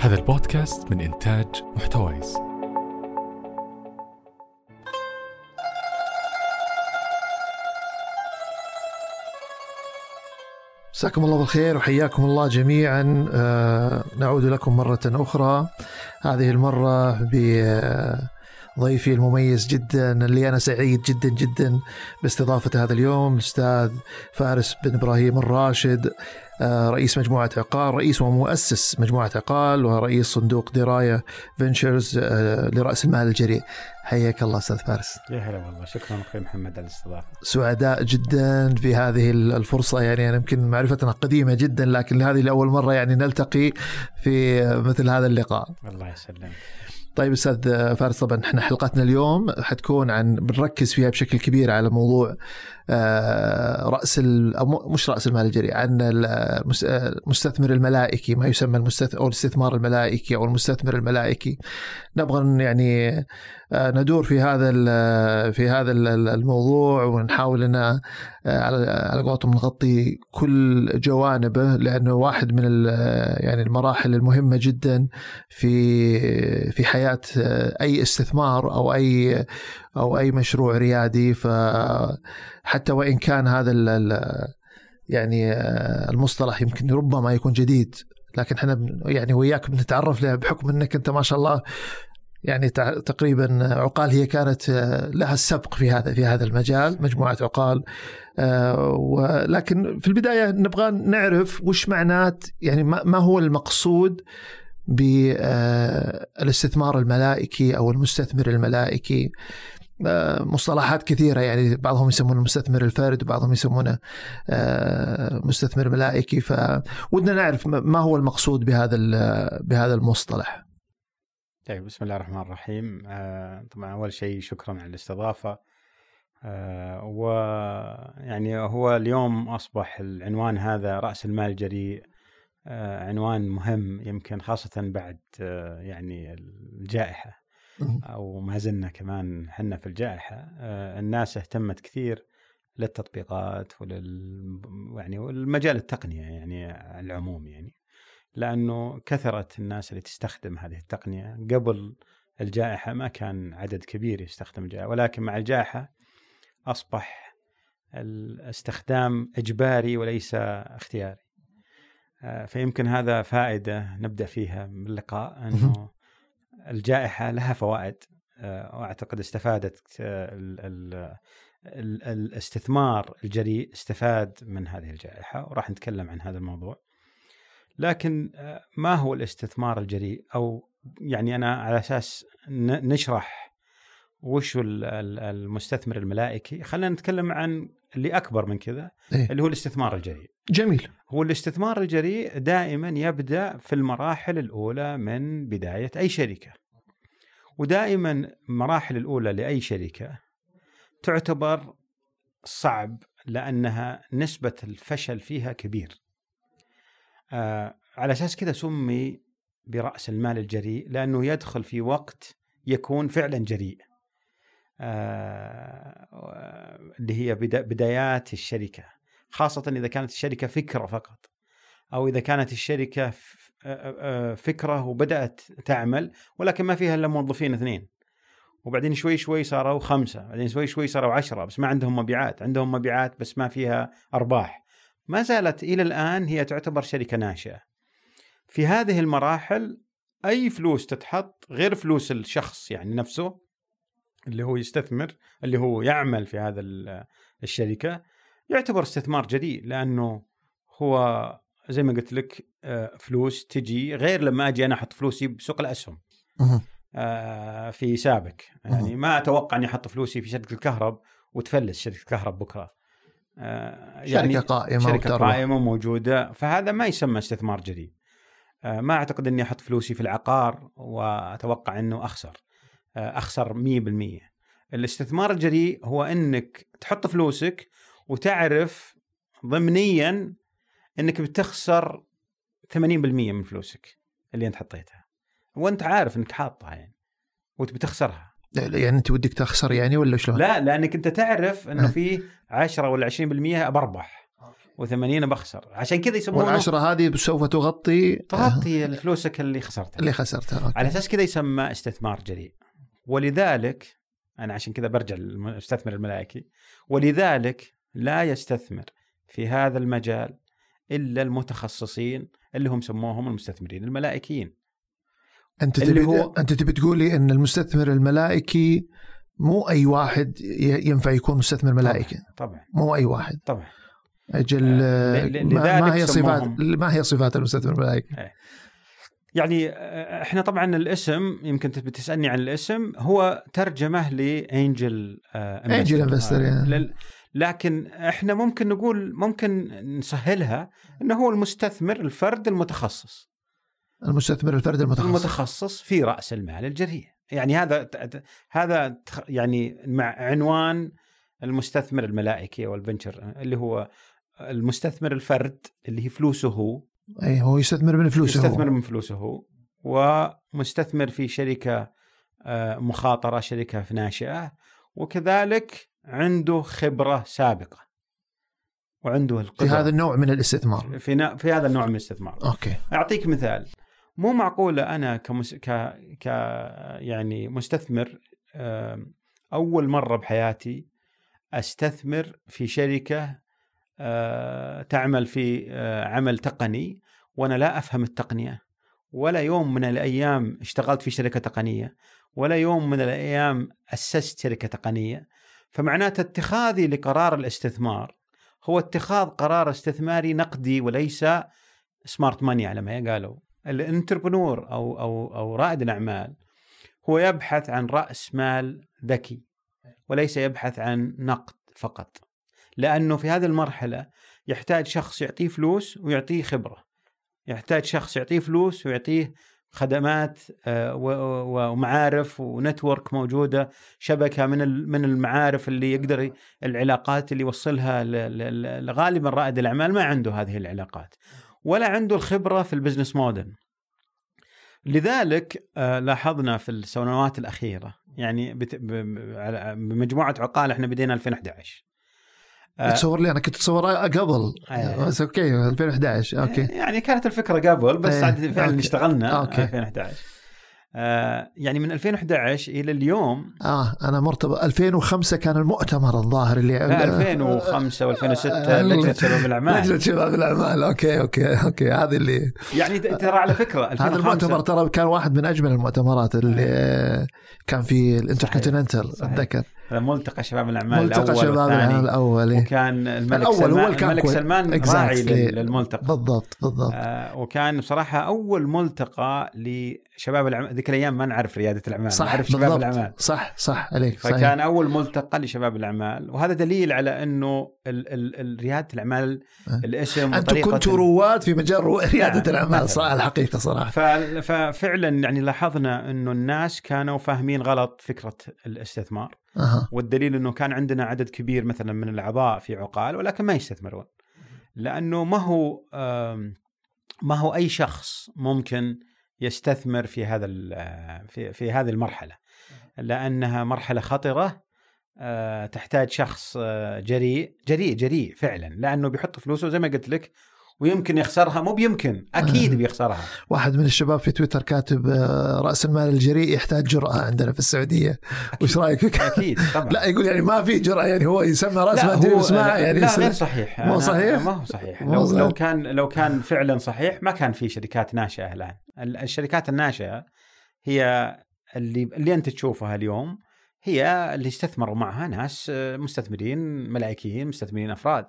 هذا البودكاست من إنتاج محتويس. مساكم الله بالخير وحياكم الله جميعا. نعود لكم مرة أخرى، هذه المرة بضيفي المميز جدا اللي أنا سعيد جدا جدا باستضافة هذا اليوم، الأستاذ فارس بن إبراهيم الراشد، رئيس مجموعة عقال، رئيس ومؤسس مجموعة عقال ورئيس صندوق دراية فينتشرز لرأس المال الجريء. حياك الله أستاذ فارس. يا هلا والله، شكرا أخي محمد على الاستضافة. سعداء جدا في هذه الفرصة، يعني أنا يمكن معرفتنا قديمة جدا لكن هذه لأول مرة يعني نلتقي في مثل هذا اللقاء. الله يسلمك. طيب أستاذ فارس، طبعا احنا حلقتنا اليوم حتكون بنركز فيها بشكل كبير على موضوع مش رأس المال الجريء، عن المستثمر الملائكي، ما يسمى أو الاستثمار الملائكي أو المستثمر الملائكي. نبغى يعني ندور في هذا الموضوع ونحاول أن على قولتهم نغطي كل جوانبه، لأنه واحد من يعني المراحل المهمة جدا في حياة أي استثمار أو أي مشروع ريادي. فحتى وإن كان هذا يعني المصطلح يمكن ربما يكون جديد، لكن احنا يعني وياك بنتعرف له بحكم أنك أنت ما شاء الله يعني تقريبا عقال هي كانت لها السبق في هذا المجال، مجموعة عقال. ولكن في البداية نبغى نعرف وش معنات، يعني ما هو المقصود بالاستثمار الملائكي أو المستثمر الملائكي. مصطلحات كثيرة، يعني بعضهم يسمونه مستثمر الفرد وبعضهم يسمونه مستثمر ملائكي، فودنا نعرف ما هو المقصود بهذا المصطلح. طيب، بسم الله الرحمن الرحيم. طبعا أول شيء شكرا على الاستضافة. ويعني هو اليوم أصبح العنوان هذا رأس المال الجريء عنوان مهم، يمكن خاصة بعد يعني الجائحة، أو ما زلنا كمان حنا في الجائحة. الناس اهتمت كثير للتطبيقات يعني والمجال التقنية يعني العموم، يعني لأنه كثرت الناس اللي تستخدم هذه التقنية. قبل الجائحة ما كان عدد كبير يستخدم الجائحة، ولكن مع الجائحة أصبح الاستخدام إجباري وليس اختياري. فيمكن هذا فائدة نبدأ فيها باللقاء، أنه الجائحة لها فوائد، وأعتقد استفادت الاستثمار الجريء استفاد من هذه الجائحة، وراح نتكلم عن هذا الموضوع. لكن ما هو الاستثمار الجريء؟ أو يعني أنا على أساس نشرح وش المستثمر الملائكي، خلينا نتكلم عن اللي أكبر من كذا، اللي هو الاستثمار الجريء. جميل. هو الاستثمار الجريء دائما يبدأ في المراحل الأولى من بداية أي شركة، ودائما المراحل الأولى لأي شركة تعتبر صعب لأنها نسبة الفشل فيها كبير. على أساس كذا سمي برأس المال الجريء، لأنه يدخل في وقت يكون فعلا جريء، اللي هي بدايات الشركة، خاصة إذا كانت الشركة فكرة فقط، أو إذا كانت الشركة فكرة وبدأت تعمل ولكن ما فيها إلا موظفين 2، وبعدين شوي شوي صاروا 5، بعدين شوي شوي صاروا 10، بس ما عندهم مبيعات، عندهم مبيعات بس ما فيها أرباح. ما زالت إلى الآن هي تعتبر شركة ناشئة. في هذه المراحل أي فلوس تتحط غير فلوس الشخص يعني نفسه اللي هو يستثمر، اللي هو يعمل في هذا الشركة، يعتبر استثمار جريء، لأنه هو زي ما قلت لك فلوس تجي غير لما أجي أنا أحط فلوسي بسوق الأسهم في سابق. يعني ما أتوقع أني أحط فلوسي في شركة الكهرب وتفلس شركة الكهرب بكرة. يعني شركة قائمة موجودة، فهذا ما يسمى استثمار جريء. ما أعتقد أني أحط فلوسي في العقار وأتوقع أنه أخسر 100%. الاستثمار الجريء هو أنك تحط فلوسك وتعرف ضمنيا أنك بتخسر 80% من فلوسك اللي أنت حطيتها، وأنت عارف أنك حاطها يعني وتبتخسرها. يعني أنت ودك تخسر يعني ولا شلون؟ لا، لأنك أنت تعرف أنه في 10 ولا 20% بربح، و80 بخسر. عشان كذا يسمونه وال10 هذه سوف تغطي الفلوسك اللي خسرتها. أوكي. على أساس كذا يسمى استثمار جريء. ولذلك أنا عشان كذا برجع للمستثمر الملائكي، ولذلك لا يستثمر في هذا المجال إلا المتخصصين اللي هم سموهم المستثمرين الملائكيين. أنت تبي تقولي أن المستثمر الملائكي مو أي واحد ينفع يكون مستثمر ملائكي؟ طبعا مو أي واحد طبعا. أجل ما هي صفات المستثمر الملائكي؟ يعني احنا طبعا الاسم يمكن بتسألني عن الاسم، هو ترجمة لأنجل انفستر يعني. لكن احنا ممكن نقول، ممكن نسهلها انه هو المستثمر الفرد المتخصص. المستثمر الفرد المتخصص في رأس المال الجريء. يعني هذا يعني مع عنوان المستثمر الملائكي او الفنتشر، اللي هو المستثمر الفرد اللي هي فلوسه هو. أي هو يستثمر من فلوسه ومستثمر في شركة مخاطرة، شركة ناشئة، وكذلك عنده خبرة سابقة وعنده القدرة في هذا النوع من الاستثمار. في هذا النوع من الاستثمار. أوكي. أعطيك مثال. مو معقولة أنا يعني مستثمر أول مرة بحياتي أستثمر في شركة تعمل في عمل تقني وأنا لا أفهم التقنية، ولا يوم من الأيام اشتغلت في شركة تقنية، ولا يوم من الأيام أسست شركة تقنية. فمعناته اتخاذي لقرار الاستثمار هو اتخاذ قرار استثماري نقدي وليس سمارت ماني على ما قالوا. الانتربرنور أو رائد الأعمال هو يبحث عن رأس مال ذكي وليس يبحث عن نقد فقط، لأنه في هذه المرحلة يحتاج شخص يعطيه فلوس ويعطيه خبرة، يحتاج شخص يعطيه فلوس ويعطيه خدمات ومعارف ونتورك موجودة، شبكة من المعارف اللي يقدر، العلاقات اللي يوصلها. غالبا رائد الأعمال ما عنده هذه العلاقات ولا عنده الخبرة في البزنس موديل. لذلك لاحظنا في السنوات الأخيرة، يعني بمجموعة عقال احنا بدينا 2011. تصور لي أنا كنت أتصور قبل بس أوكي 2011 أوكي، يعني كانت الفكرة قبل بس فعلا اشتغلنا 2011. يعني من 2011 إلى اليوم. أنا مرتبط 2005 كان المؤتمر الظاهر اللي 2005 و2006 لجنة شباب الأعمال. لجنة شباب الأعمال أوكي هذه اللي يعني ترى على فكرة هذا المؤتمر ترى كان واحد من أجمل المؤتمرات اللي كان في الانتركونتيننتال أتذكر. ملتقى شباب الأعمال ملتقى شباب الأعمال الأول، وكان الملك سلمان راعي للملتقى بالضبط. وكان بصراحة أول ملتقى لشباب الأعمال. ذيك الأيام ما نعرف ريادة الأعمال، نعرف شباب الأعمال. صح عليك. فكان صحيح. أول ملتقى لشباب الأعمال، وهذا دليل على أنه ريادة الأعمال الاسم أنتم كنتوا رواد في مجال ريادة الأعمال صراحة الحقيقة صراحة. ففعلا يعني لاحظنا أنه الناس كانوا فاهمين غلط فكرة الاستثمار. والدليل أنه كان عندنا عدد كبير مثلا من الأعضاء في عقال ولكن ما يستثمرون، لأنه ما هو أي شخص ممكن يستثمر في هذه المرحلة، لأنها مرحلة خطرة تحتاج شخص جريء فعلا، لأنه بيحط فلوسه زي ما قلت لك ويمكن يخسرها، مو بيمكن أكيد بيخسرها. واحد من الشباب في تويتر كاتب رأس المال الجريء يحتاج جرأة عندنا في السعودية. وش رأيك؟ أكيد طبعا. لا يقول يعني ما في جرأة، يعني هو يسمى رأس مال جريء بس ما يعني لا غير صحيح. مو صحيح. ما هو صحيح. لو كان فعلا صحيح ما كان في شركات ناشئة الآن. الشركات الناشئة هي اللي أنت تشوفها اليوم، هي اللي استثمروا معها ناس مستثمرين ملائكيين، مستثمرين أفراد.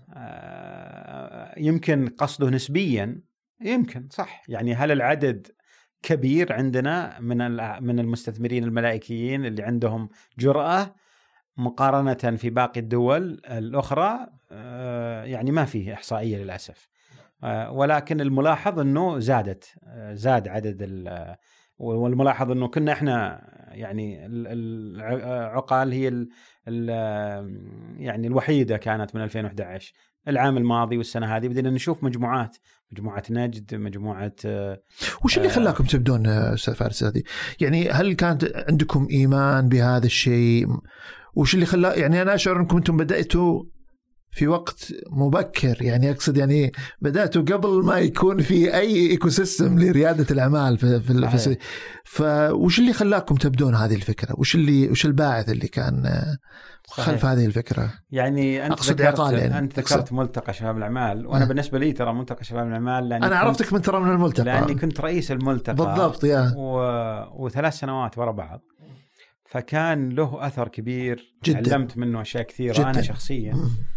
يمكن قصده نسبيا، يمكن صح. يعني هل العدد كبير عندنا من المستثمرين الملائكيين اللي عندهم جرأة مقارنة في باقي الدول الأخرى؟ يعني ما فيه إحصائية للأسف. ولكن الملاحظ أنه زاد عدد والملاحظ أنه كنا إحنا يعني العقال هي يعني الوحيدة كانت من 2011. العام الماضي والسنة هذه بدينا نشوف مجموعة نجد، مجموعة. وش اللي خلاكم تبدون أستاذ فارس هذه؟ يعني هل كانت عندكم إيمان بهذا الشيء؟ وش اللي خلا يعني أنا أشعر أنكم أنتم بدأتوا في وقت مبكر، يعني أقصد يعني بدأتوا قبل ما يكون في أي إيكو سيستم لريادة الأعمال في فوش اللي خلاكم تبدون هذه الفكرة؟ وش الباعث اللي كان خلف هذه الفكرة؟ يعني أنت ذكرت ملتقى شباب الأعمال، وأنا بالنسبة لي ترى ملتقى شباب الأعمال أنا عرفتك من الملتقى لأني كنت رئيس الملتقى بالضبط و3 سنوات ورا بعض، فكان له أثر كبير جداً. علمت منه أشياء كثيرة جداً. أنا شخصياً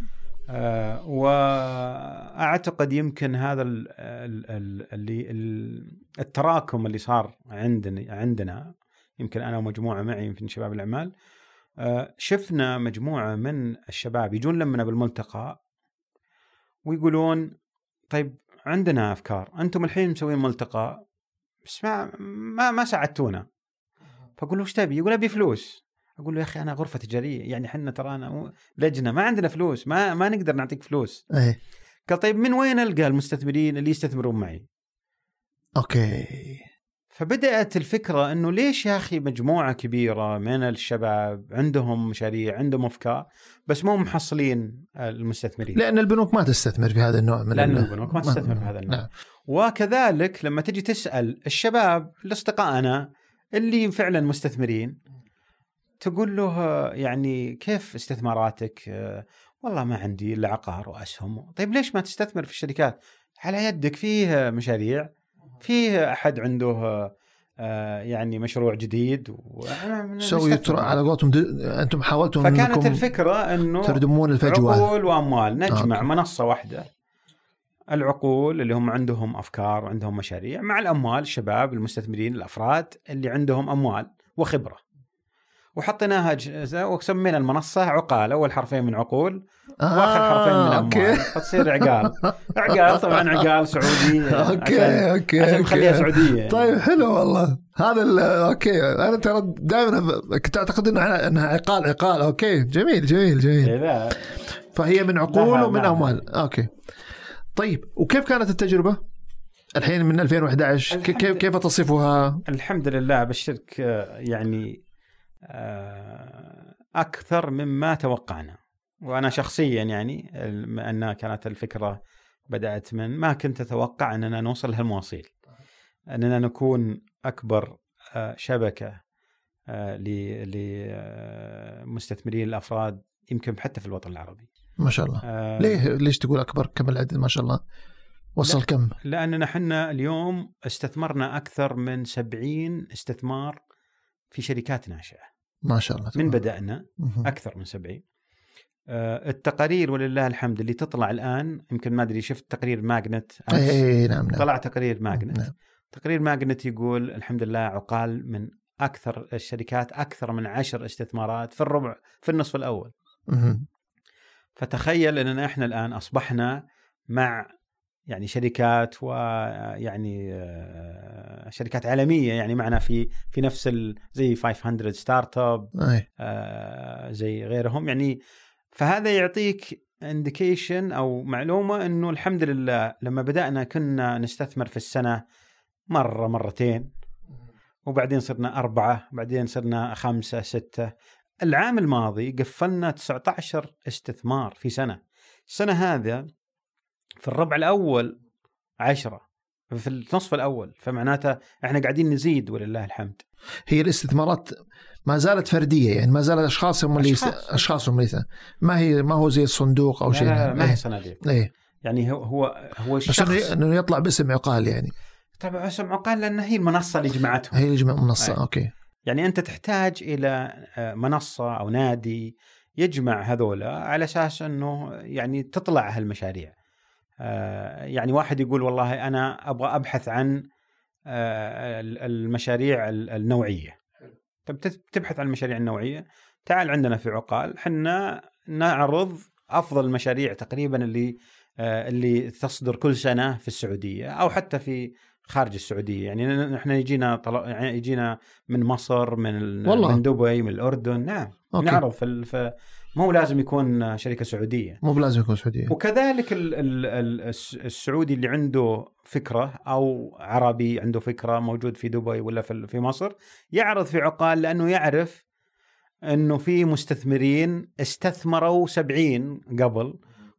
وأعتقد يمكن هذا التراكم اللي صار عندنا يمكن أنا ومجموعة معي من شباب الأعمال، شفنا مجموعة من الشباب يجون لمنا بالملتقى ويقولون طيب عندنا أفكار، أنتم الحين مسوين ملتقى بس ما ساعدتونا. فأقول له وش تبي؟ يقول أبي فلوس. أقول له يا أخي أنا غرفة تجارية، يعني حنا ترانا لجنة ما عندنا فلوس، ما نقدر نعطيك فلوس. قال طيب من وين ألقى المستثمرين اللي يستثمرون معي؟ أوكي. فبدأت الفكرة أنه ليش يا أخي مجموعة كبيرة من الشباب عندهم مشاريع عندهم أفكار بس مو محصلين المستثمرين؟ لأن البنوك ما تستثمر في هذا النوع من البنوك ما تستثمر في هذا النوع. نعم. وكذلك لما تجي تسأل الشباب الأصدقائنا اللي فعلا مستثمرين تقول له يعني كيف استثماراتك؟ والله ما عندي إلا عقار وأسهم. طيب ليش ما تستثمر في الشركات؟ على يدك فيه مشاريع، فيه أحد عنده يعني مشروع جديد سوي على قولتهم أنتم حاولتوا. فكانت الفكرة أنه تردمون الفجوة، عقول وأموال، نجمع منصة واحدة، العقول اللي هم عندهم أفكار وعندهم مشاريع مع الأموال، الشباب المستثمرين الأفراد اللي عندهم أموال وخبرة، وحطيناها وسمينا المنصة عقال، أول حرفين من عقول وآخر حرفين من أموال، فتصير عقال طبعا عقال سعودي. أوكي عشان نخليها سعودية. طيب حلو والله هذا أوكي. أنا ترى دائما كنت أعتقد إنها عقال. أوكي جميل. فهي من عقول ومن أموال. أوكي طيب وكيف كانت التجربة الحين من 2011؟ كيف تصفها؟ الحمد لله بالشرك يعني أكثر مما توقعنا، وأنا شخصيا يعني أن كانت الفكرة بدأت من ما كنت أتوقع أننا نوصل لهالمواصيل، أننا نكون أكبر شبكة لمستثمرين الأفراد يمكن حتى في الوطن العربي. ما شاء الله. ليش تقول أكبر؟ كم العدد ما شاء الله وصل كم؟ لأننا حنا اليوم استثمرنا أكثر من 70 استثمار في شركات ناشئة ما شاء الله. من بدأنا أكثر من 70. التقارير ولله الحمد اللي تطلع الآن، يمكن ما أدري شفت تقرير ماجنت نعم. طلع تقرير ماجنت. نعم. تقرير ماجنت يقول الحمد لله عقال من أكثر الشركات أكثر من 10 استثمارات في النصف الأول. فتخيل أننا إحنا الآن أصبحنا مع يعني شركات ويعني شركات عالمية يعني معنا في نفس زي 500 ستارت اب زي غيرهم يعني. فهذا يعطيك انديكيشن أو معلومة أنه الحمد لله لما بدأنا كنا نستثمر في السنة مرتين، وبعدين صرنا 4، بعدين صرنا 5 6. العام الماضي قفلنا 19 استثمار في سنة. السنة هذا في الربع الأول 10 في النصف الأول، فمعناته احنا قاعدين نزيد ولله الحمد. هي الاستثمارات ما زالت فردية، يعني ما زالت أشخاص هم اللي ما هو زي الصندوق أو شيء. ما هي صناديق. يعني هو الشخص إنه يطلع باسم عقال يعني. طبعا اسم عقال لأن هي المنصة اللي جمعتهم. هي اللي جمع منصة. أوكي. يعني أنت تحتاج إلى منصة أو نادي يجمع هذولا على أساس أنه يعني تطلع هالمشاريع. يعني واحد يقول والله أنا أبغى أبحث عن المشاريع النوعية. طب تبحث عن المشاريع النوعية، تعال عندنا في عقال حنا نعرض أفضل المشاريع تقريبا اللي تصدر كل سنة في السعودية أو حتى في خارج السعودية. يعني نحن يجينا من مصر، من دبي، من الأردن. نعم. أوكي. نعرض مو لازم يكون شركة سعودية، مو لازم يكون سعودية. وكذلك السعودي اللي عنده فكرة أو عربي عنده فكرة موجود في دبي ولا في مصر يعرض في عقال، لأنه يعرف أنه في مستثمرين استثمروا 70 قبل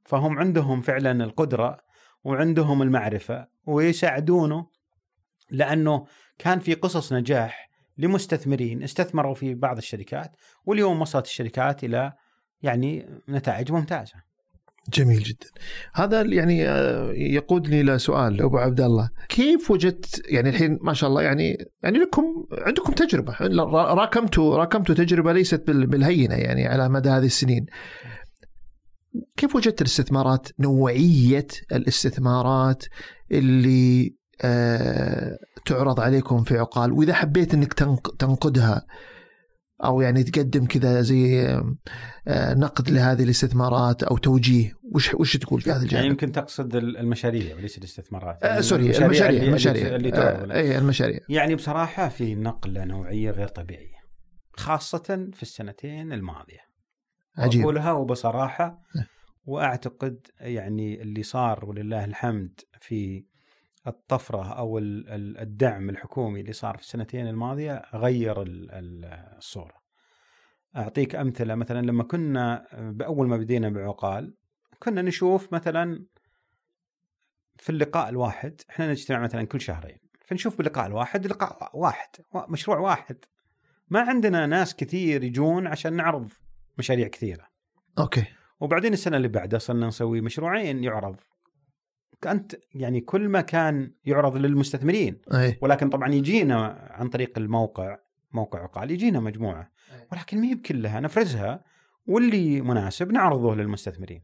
فهم عندهم فعلا القدرة وعندهم المعرفة ويساعدونه، لأنه كان في قصص نجاح لمستثمرين استثمروا في بعض الشركات واليوم وصلت الشركات إلى يعني نتائج ممتازة. جميل جدا. هذا يعني يقودني إلى سؤال أبو عبد الله، كيف وجدت يعني الحين ما شاء الله يعني عندكم تجربة، راكمتوا تجربة ليست بالهينة يعني على مدى هذه السنين. كيف وجدت الاستثمارات، نوعية الاستثمارات اللي تعرض عليكم في عقال، وإذا حبيت أنك تنقدها أو يعني تقدم كذا زي نقد لهذه الاستثمارات أو توجيه، وش تقول في هذا الجانب؟ يعني يمكن تقصد المشاريع وليس الاستثمارات. يعني سوري، المشاريع. يعني بصراحة في نقلة نوعية غير طبيعية، خاصة في السنتين الماضية. عجيب. أقولها وبصراحة، وأعتقد يعني اللي صار ولله الحمد في الطفرة أو الدعم الحكومي اللي صار في السنتين الماضية غير الصورة. أعطيك أمثلة. مثلا لما كنا بأول ما بدينا بعقال كنا نشوف مثلا في اللقاء الواحد، احنا نجتمع مثلا كل شهرين، فنشوف باللقاء الواحد لقاء واحد، مشروع واحد، ما عندنا ناس كثير يجون عشان نعرض مشاريع كثيرة. أوكي. وبعدين السنة اللي بعدها صرنا نسوي مشروعين يعرض. كانت يعني كل ما كان يعرض للمستثمرين، ولكن طبعا يجينا عن طريق موقع عقال، يجينا مجموعة، ولكن ما هي بكلها نفرزها، واللي مناسب نعرضه للمستثمرين.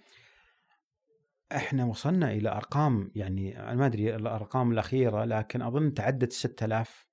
احنا وصلنا إلى أرقام، يعني أنا ما أدري الأرقام الأخيرة، لكن أظن تعدت 6000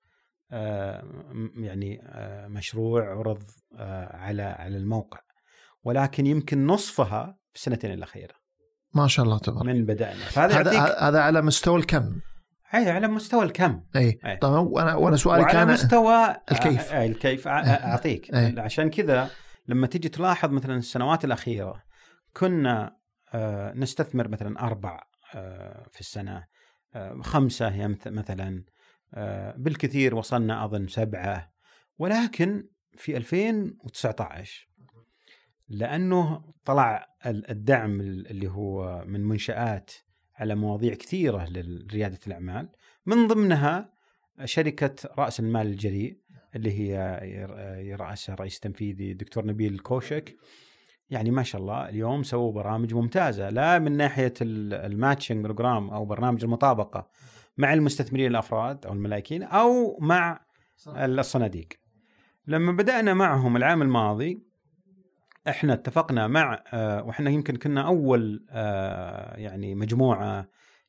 يعني مشروع عرض على الموقع، ولكن يمكن نصفها في السنتين الأخيرة. ما شاء الله تبارك. من بدأنا. هذا على مستوى الكم. على مستوى الكم. طبعا. وانا سؤالي كان على مستوى الكيف. الكيف اعطيك. عشان كذا لما تيجي تلاحظ مثلا السنوات الأخيرة كنا نستثمر مثلا 4 في السنة، 5 مثلا، بالكثير وصلنا أظن 7. ولكن في 2019 لأنه طلع الدعم اللي هو من منشآت على مواضيع كثيرة لريادة الأعمال، من ضمنها شركة رأس المال الجريء اللي هي يرأسها الرئيس التنفيذي دكتور نبيل كوشك. يعني ما شاء الله اليوم سووا برامج ممتازة، لا من ناحية الماتشنج بروجرام أو برنامج المطابقة مع المستثمرين الأفراد أو الملاكين أو مع الصناديق. لما بدأنا معهم العام الماضي احنا اتفقنا مع واحنا يمكن كنا اول يعني مجموعه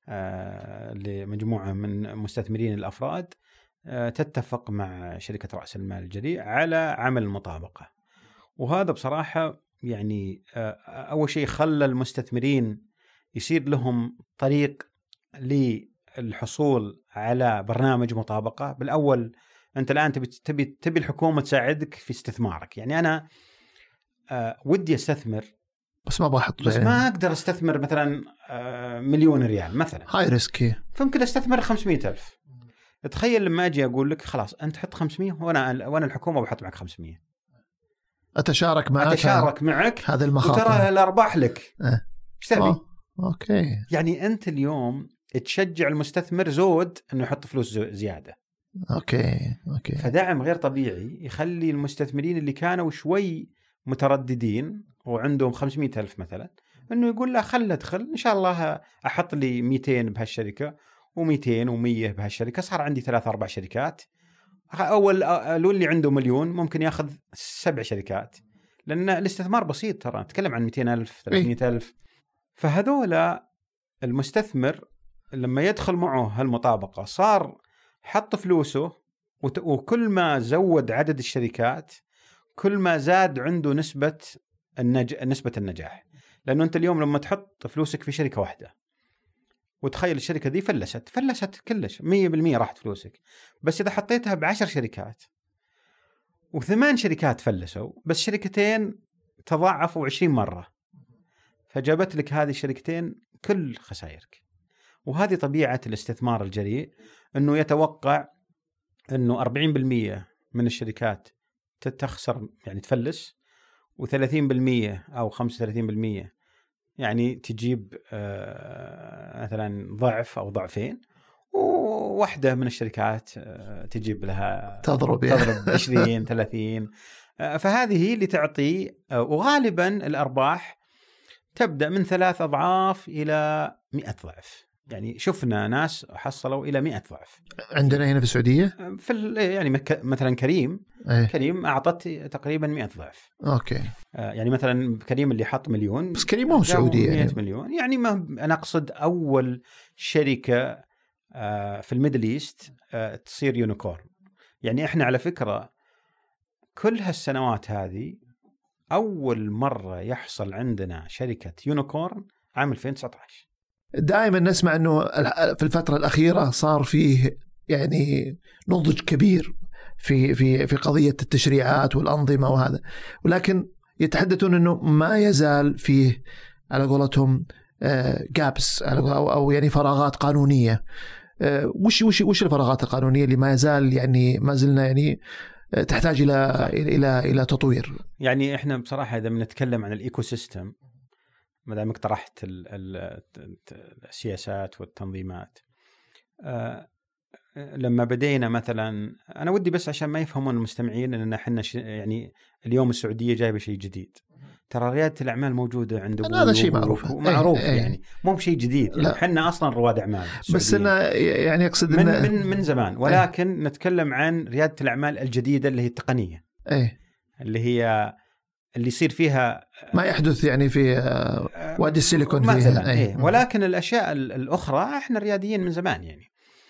لمجموعه من مستثمرين الافراد تتفق مع شركه راس المال الجريء على عمل المطابقه. وهذا بصراحه يعني اول شيء خلى المستثمرين يصير لهم طريق للحصول على برنامج مطابقه. بالاول انت الان تبي الحكومه تساعدك في استثمارك. يعني انا ودي استثمر بس ما بحط، بس ما اقدر استثمر مثلا 1,000,000 ريال مثلا، هاي ريسكي، فممكن استثمر 500,000. تخيل لما اجي اقول لك خلاص انت حط 500 وانا الحكومه بحط معك 500، اتشارك معك هذا المخاطر، وترى الارباح لك. ايش تبي؟ اوكي. يعني انت اليوم تشجع المستثمر زود انه يحط فلوس زياده. اوكي. فدعم غير طبيعي يخلي المستثمرين اللي كانوا شوي مترددين وعندهم 500,000 مثلا، انه يقول لا خل ادخل ان شاء الله احط لي 200 بهالشركه و200 و100 بهالشركه، صار عندي 3-4 شركات. اول اللي عنده 1,000,000 ممكن ياخذ 7 شركات، لان الاستثمار بسيط، ترى نتكلم عن 200,000 300,000. فهذولا المستثمر لما يدخل معه هالمطابقه صار حط فلوسه، وكل ما زود عدد الشركات كل ما زاد عنده نسبة النجاح. لأنه أنت اليوم لما تحط فلوسك في شركة واحدة وتخيل الشركة دي فلست كلش 100% راحت فلوسك، بس إذا حطيتها ب10 شركات و8 شركات فلسوا، بس شركتين تضاعفوا 20 مرة، فجابت لك هذه الشركتين كل خسائرك. وهذه طبيعة الاستثمار الجريء، أنه يتوقع أنه 40% من الشركات تخسر يعني تفلس، و30% أو 35% يعني تجيب مثلا ضعف أو ضعفين، وواحدة من الشركات تجيب لها تضرب 20 30. فهذه هي اللي تعطي، وغالبا الأرباح تبدأ من 3 أضعاف إلى 100 ضعف. يعني شفنا ناس حصلوا إلى 100 ضعف عندنا هنا في السعودية. يعني مثلا كريم أعطت تقريبا 100 ضعف. أوكي. يعني مثلا كريم اللي حط مليون، بس كريم مو سعودي 100 يعني. مليون. يعني ما أنا أقصد أول شركة في الميدل إيست تصير يونيكورن. يعني إحنا على فكرة كل هالسنوات هذه أول مرة يحصل عندنا شركة يونيكورن عام 2019. دائما نسمع أنه في الفترة الأخيرة صار فيه يعني نضج كبير في قضية التشريعات والأنظمة وهذا، ولكن يتحدثون أنه ما يزال فيه على قولتهم جابس أو يعني فراغات قانونية. وش الفراغات القانونية اللي ما يزال يعني ما زلنا يعني تحتاج إلى تطوير؟ يعني إحنا بصراحة إذا بنتكلم عن الإيكو سيستم، ما دامك طرحت السياسات والتنظيمات، لما بدينا مثلا، أنا ودي بس عشان ما يفهمون المستمعين أننا إحنا يعني اليوم السعودية جايبة شيء جديد. ترى ريادة الأعمال موجودة عند هذا شيء معروف يعني مو بشيء جديد. يعني إحنا أصلا رواد أعمال بس أنا يعني أقصد من زمان، ولكن نتكلم عن ريادة الأعمال الجديدة اللي هي التقنية، اللي هي اللي يصير فيها ما يحدث يعني في وادي السيليكون مثلا. ولكن الأشياء الأخرى إحنا رياديين من زمان. يعني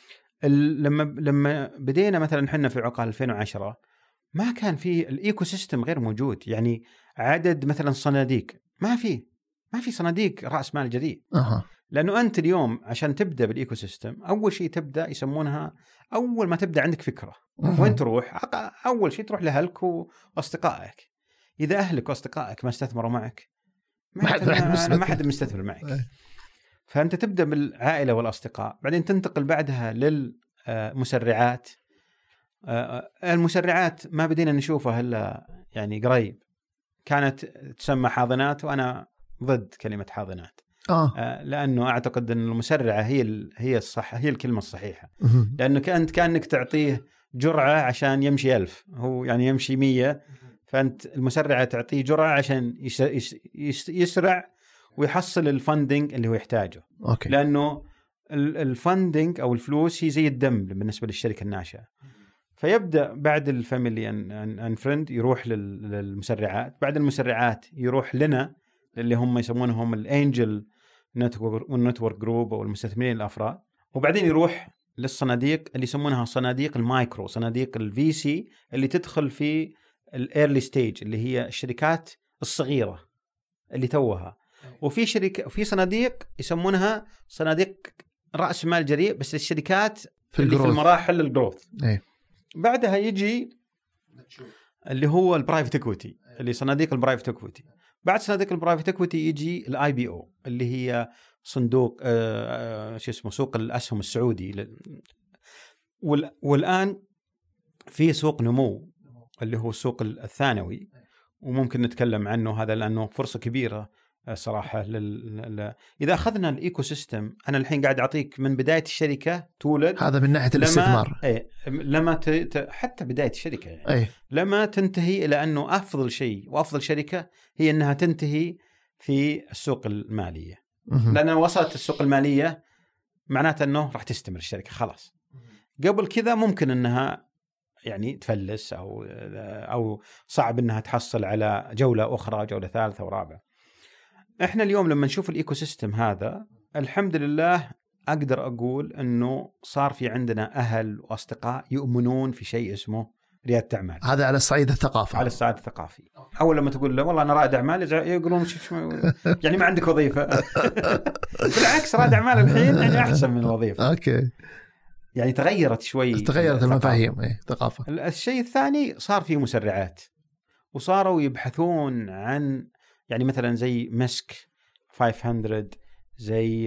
لما بدينا مثلا إحنا في عقال 2010 ما كان في الإيكو سيستم غير موجود. يعني عدد مثلا صناديق ما في صناديق رأس مال جديد. لأنه أنت اليوم عشان تبدأ بالإيكو سيستم أول شيء تبدأ يسمونها، أول ما تبدأ عندك فكرة وين تروح، أول شيء تروح لأهلك وأصدقائك. إذا أهلك وأصدقائك ما استثمروا معك ما حد مستثمر معك. فأنت تبدأ بالعائلة والأصدقاء، بعدين تنتقل بعدها للمسرعات. المسرعات ما بدينا نشوفها إلا يعني قريب، كانت تسمى حاضنات، وأنا ضد كلمة حاضنات. لأنه أعتقد أن المسرعة هي الصح، هي الكلمة الصحيحة. لأنك أنت كأنك تعطيه جرعة عشان يمشي 1000، هو يعني يمشي 100، فأنت المسرعة تعطيه جرعة عشان يسرع ويحصل الفندنج اللي هو يحتاجه. لأنه الفندنج أو الفلوس هي زي الدم بالنسبة للشركة الناشئة. فيبدأ بعد الفاميلي أند فريند يروح للمسرعات، بعد المسرعات يروح لنا اللي هم يسمونهم الانجل نتورك جروب أو المستثمرين الأفراد، وبعدين يروح للصناديق اللي يسمونها صناديق المايكرو، صناديق الفي سي اللي تدخل في الايرلي ستيج اللي هي الشركات الصغيرة اللي توها. وفي صناديق يسمونها صناديق رأس مال جريء بس للشركات في المراحل الجروث. بعدها يجي اللي هو البرايفت اكويتي، اللي صناديق البرايفت اكويتي. بعد صناديق البرايفت اكويتي يجي الاي بي او اللي هي صندوق سوق الاسهم السعودي. والان في سوق نمو اللي هو السوق الثانوي، وممكن نتكلم عنه هذا لانه فرصه كبيره صراحه. اذا اخذنا الايكو سيستم، انا الحين قاعد اعطيك من بدايه الشركه تولد، هذا من ناحيه الاستثمار، لما حتى بدايه الشركه يعني. لما تنتهي الى انه افضل شيء وافضل شركه هي انها تنتهي في السوق الماليه. لان وصلت السوق الماليه معناته انه راح تستمر الشركه خلاص. قبل كذا ممكن انها يعني تفلس او صعب انها تحصل على جوله اخرى، جوله ثالثه ورابعه. احنا اليوم لما نشوف الايكو سيستم هذا، الحمد لله اقدر اقول انه صار في عندنا اهل واصدقاء يؤمنون في شيء اسمه ريادة اعمال. هذا على الصعيد الثقافي. على الصعيد الثقافي. اول لما تقول له والله انا رائد اعمال يقولون يعني ما عندك وظيفه. بالعكس رائد اعمال الحين يعني احسن من الوظيفه. اوكي. يعني تغيرت شوي، تغيرت المفاهيم. ثقافه. الشيء الثاني صار في مسرعات، وصاروا يبحثون عن يعني مثلا زي مسك 500، زي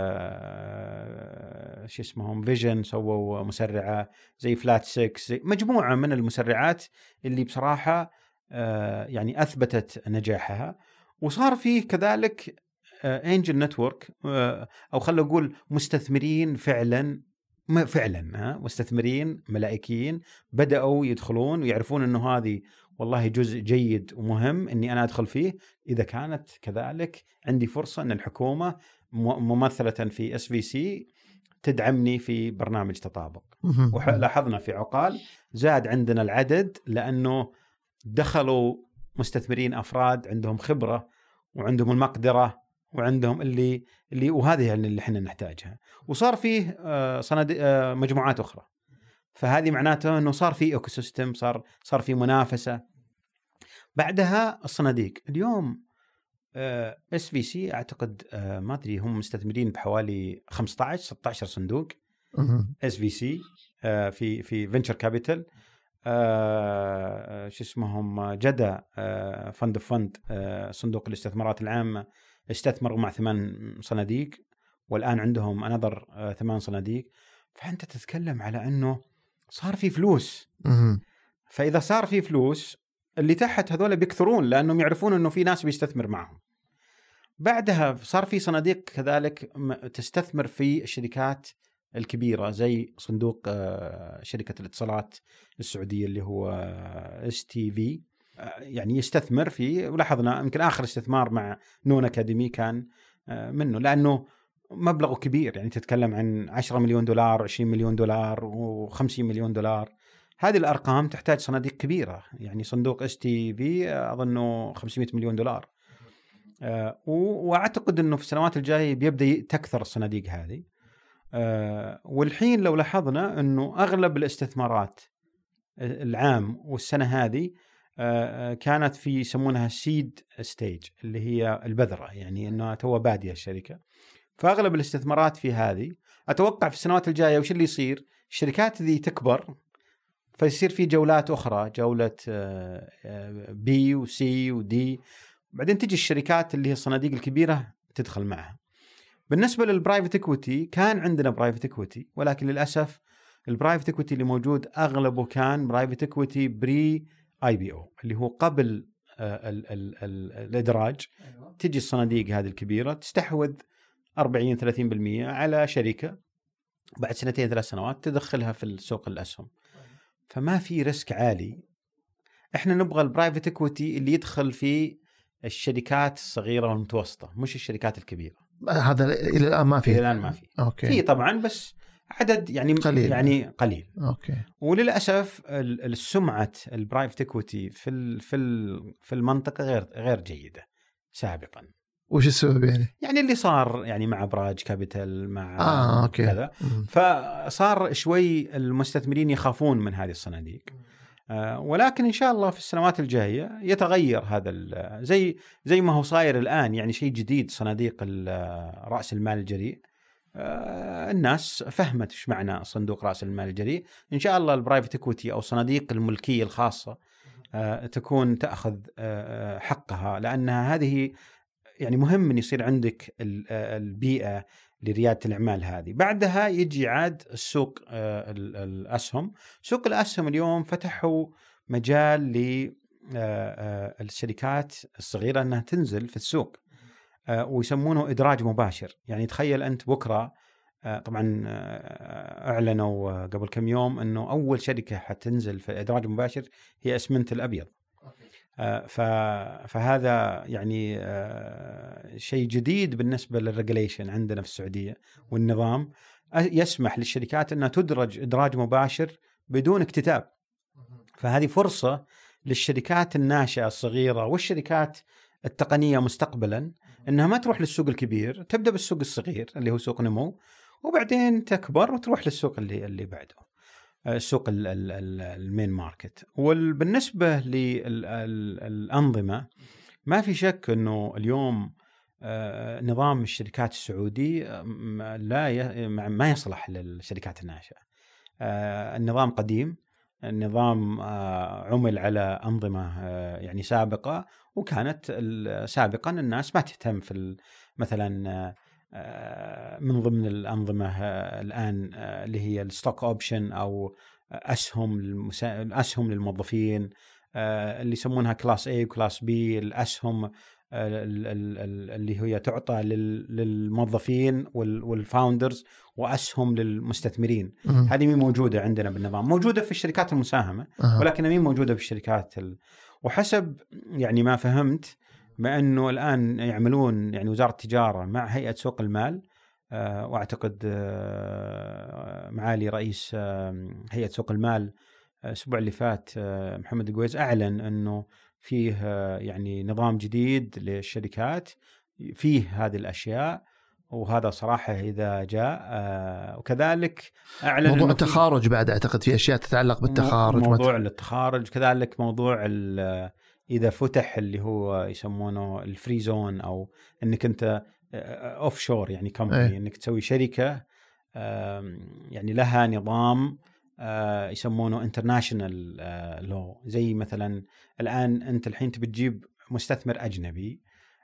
شو اسمهم فيجن، سووا مسرعة زي فلات 6، زي مجموعة من المسرعات اللي بصراحة يعني أثبتت نجاحها. وصار فيه كذلك انجل نتورك، او خلينا نقول مستثمرين فعلا مستثمرين ملائكيين بدأوا يدخلون ويعرفون انه هذه والله جزء جيد ومهم اني انا ادخل فيه. اذا كانت كذلك عندي فرصة ان الحكومة ممثلة في SVC تدعمني في برنامج تطابق. ولاحظنا في عقال زاد عندنا العدد لانه دخلوا مستثمرين افراد عندهم خبرة وعندهم المقدرة وعندهم اللي وهذه اللي احنا نحتاجها. وصار فيه مجموعات اخرى، فهذه معناته انه صار في ايكو سيستم، صار في منافسه. بعدها الصناديق اليوم SVC اعتقد ما ادري هم مستثمرين بحوالي 16 صندوق SVC في فينتشر كابيتال. شو اسمهم جدا فند صندوق الاستثمارات العامة استثمروا مع 8 صناديق، والآن عندهم أنظر 8 صناديق. فأنت تتكلم على أنه صار في فلوس. فإذا صار في فلوس اللي تحت هذول بيكثرون لأنهم يعرفون أنه في ناس بيستثمر معهم. بعدها صار في صناديق كذلك تستثمر في الشركات الكبيرة زي صندوق شركة الاتصالات السعودية اللي هو STV، يعني يستثمر فيه. ولاحظنا يمكن آخر استثمار مع نون أكاديمي كان منه، لأنه مبلغ كبير، يعني تتكلم عن 10 مليون دولار 20 مليون دولار و50 مليون دولار. هذه الأرقام تحتاج صناديق كبيرة، يعني صندوق STV أظنه 500 مليون دولار. وأعتقد أنه في السنوات الجاية بيبدأ تكثر الصناديق هذه. والحين لو لاحظنا أنه أغلب الاستثمارات العام والسنة هذه كانت في يسمونها سيد ستيج اللي هي البذرة، يعني أنها تو بادية الشركة. فأغلب الاستثمارات في هذه أتوقع في السنوات الجاية وش اللي يصير، الشركات ذي تكبر فيصير في جولات أخرى، جولة B وC وD، بعدين تجي الشركات اللي هي الصناديق الكبيرة تدخل معها. بالنسبة للبرايفت إكويتي كان عندنا برايفت إكويتي، ولكن للأسف البرايفت إكويتي اللي موجود أغلبه كان برايفت إكويتي بري IPO اللي هو قبل الإدراج. تجي الصناديق هذه الكبيرة تستحوذ 40-30% على شركة، بعد 2-3 سنوات تدخلها في السوق الأسهم، فما في ريسك عالي. احنا نبغى البرايفت إكويتي اللي يدخل في الشركات الصغيرة والمتوسطة مش الشركات الكبيرة. هذا إلى الآن ما في. إلى الآن ما في. أوكي. في طبعا بس عدد يعني قليل. يعني قليل. أوكي. وللأسف السمعة البرايفت إكويتي في المنطقة غير جيدة سابقا. وش السبب يعني اللي صار يعني مع براج كابيتال مع أوكي. كذا، فصار شوي المستثمرين يخافون من هذه الصناديق. ولكن إن شاء الله في السنوات الجاية يتغير هذا زي ما هو صاير الآن، يعني شيء جديد صناديق رأس المال الجريء. الناس فهمت إيش معنى صندوق رأس المال الجريء. إن شاء الله البرايفت إكويتي أو صناديق الملكية الخاصة تكون تأخذ حقها، لأنها هذه يعني مهم أن يصير عندك البيئة لريادة الأعمال هذه. بعدها يجي عاد السوق الأسهم. سوق الأسهم اليوم فتحوا مجال للشركات الصغيرة أنها تنزل في السوق، ويسمونه إدراج مباشر. يعني تخيل أنت بكرة، طبعا أعلنوا قبل كم يوم أنه أول شركة حتنزل في إدراج مباشر هي أسمنت الأبيض. فهذا يعني شيء جديد بالنسبة للريجوليشن عندنا في السعودية، والنظام يسمح للشركات أنها تدرج إدراج مباشر بدون اكتتاب. فهذه فرصة للشركات الناشئة الصغيرة والشركات التقنية مستقبلا أنها ما تروح للسوق الكبير، تبدأ بالسوق الصغير اللي هو سوق نمو، وبعدين تكبر وتروح للسوق اللي بعده، السوق المين ماركت. وبالنسبة للأنظمة ما في شك أنه اليوم نظام الشركات السعودي ما يصلح للشركات الناشئة. النظام قديم، النظام عمل على أنظمة يعني سابقة، وكانت سابقا الناس ما تهتم في مثلا من ضمن الأنظمة الآن اللي هي الستوك أوبشن أو أسهم للموظفين اللي يسمونها كلاس A وكلاس B، الأسهم اللي هي تعطى للموظفين والفاوندرز وأسهم للمستثمرين. هذه مين موجودة عندنا بالنظام؟ موجودة في الشركات المساهمة، ولكن مين موجودة في الشركات وحسب يعني ما فهمت، ما أنه الآن يعملون يعني وزارة التجارة مع هيئة سوق المال، وأعتقد معالي رئيس هيئة سوق المال الأسبوع اللي فات محمد القويز أعلن أنه فيه يعني نظام جديد للشركات فيه هذه الأشياء، وهذا صراحة إذا جاء. وكذلك أعلن موضوع التخارج بعد، أعتقد في أشياء تتعلق بالتخارج، موضوع التخارج، كذلك موضوع إذا فتح اللي هو يسمونه الفري زون، أو أنك أنت أوف شور يعني كمباني، أنك تسوي شركة يعني لها نظام يسمونه انترناشنال لو، زي مثلا الآن أنت الحين تبي تجيب مستثمر أجنبي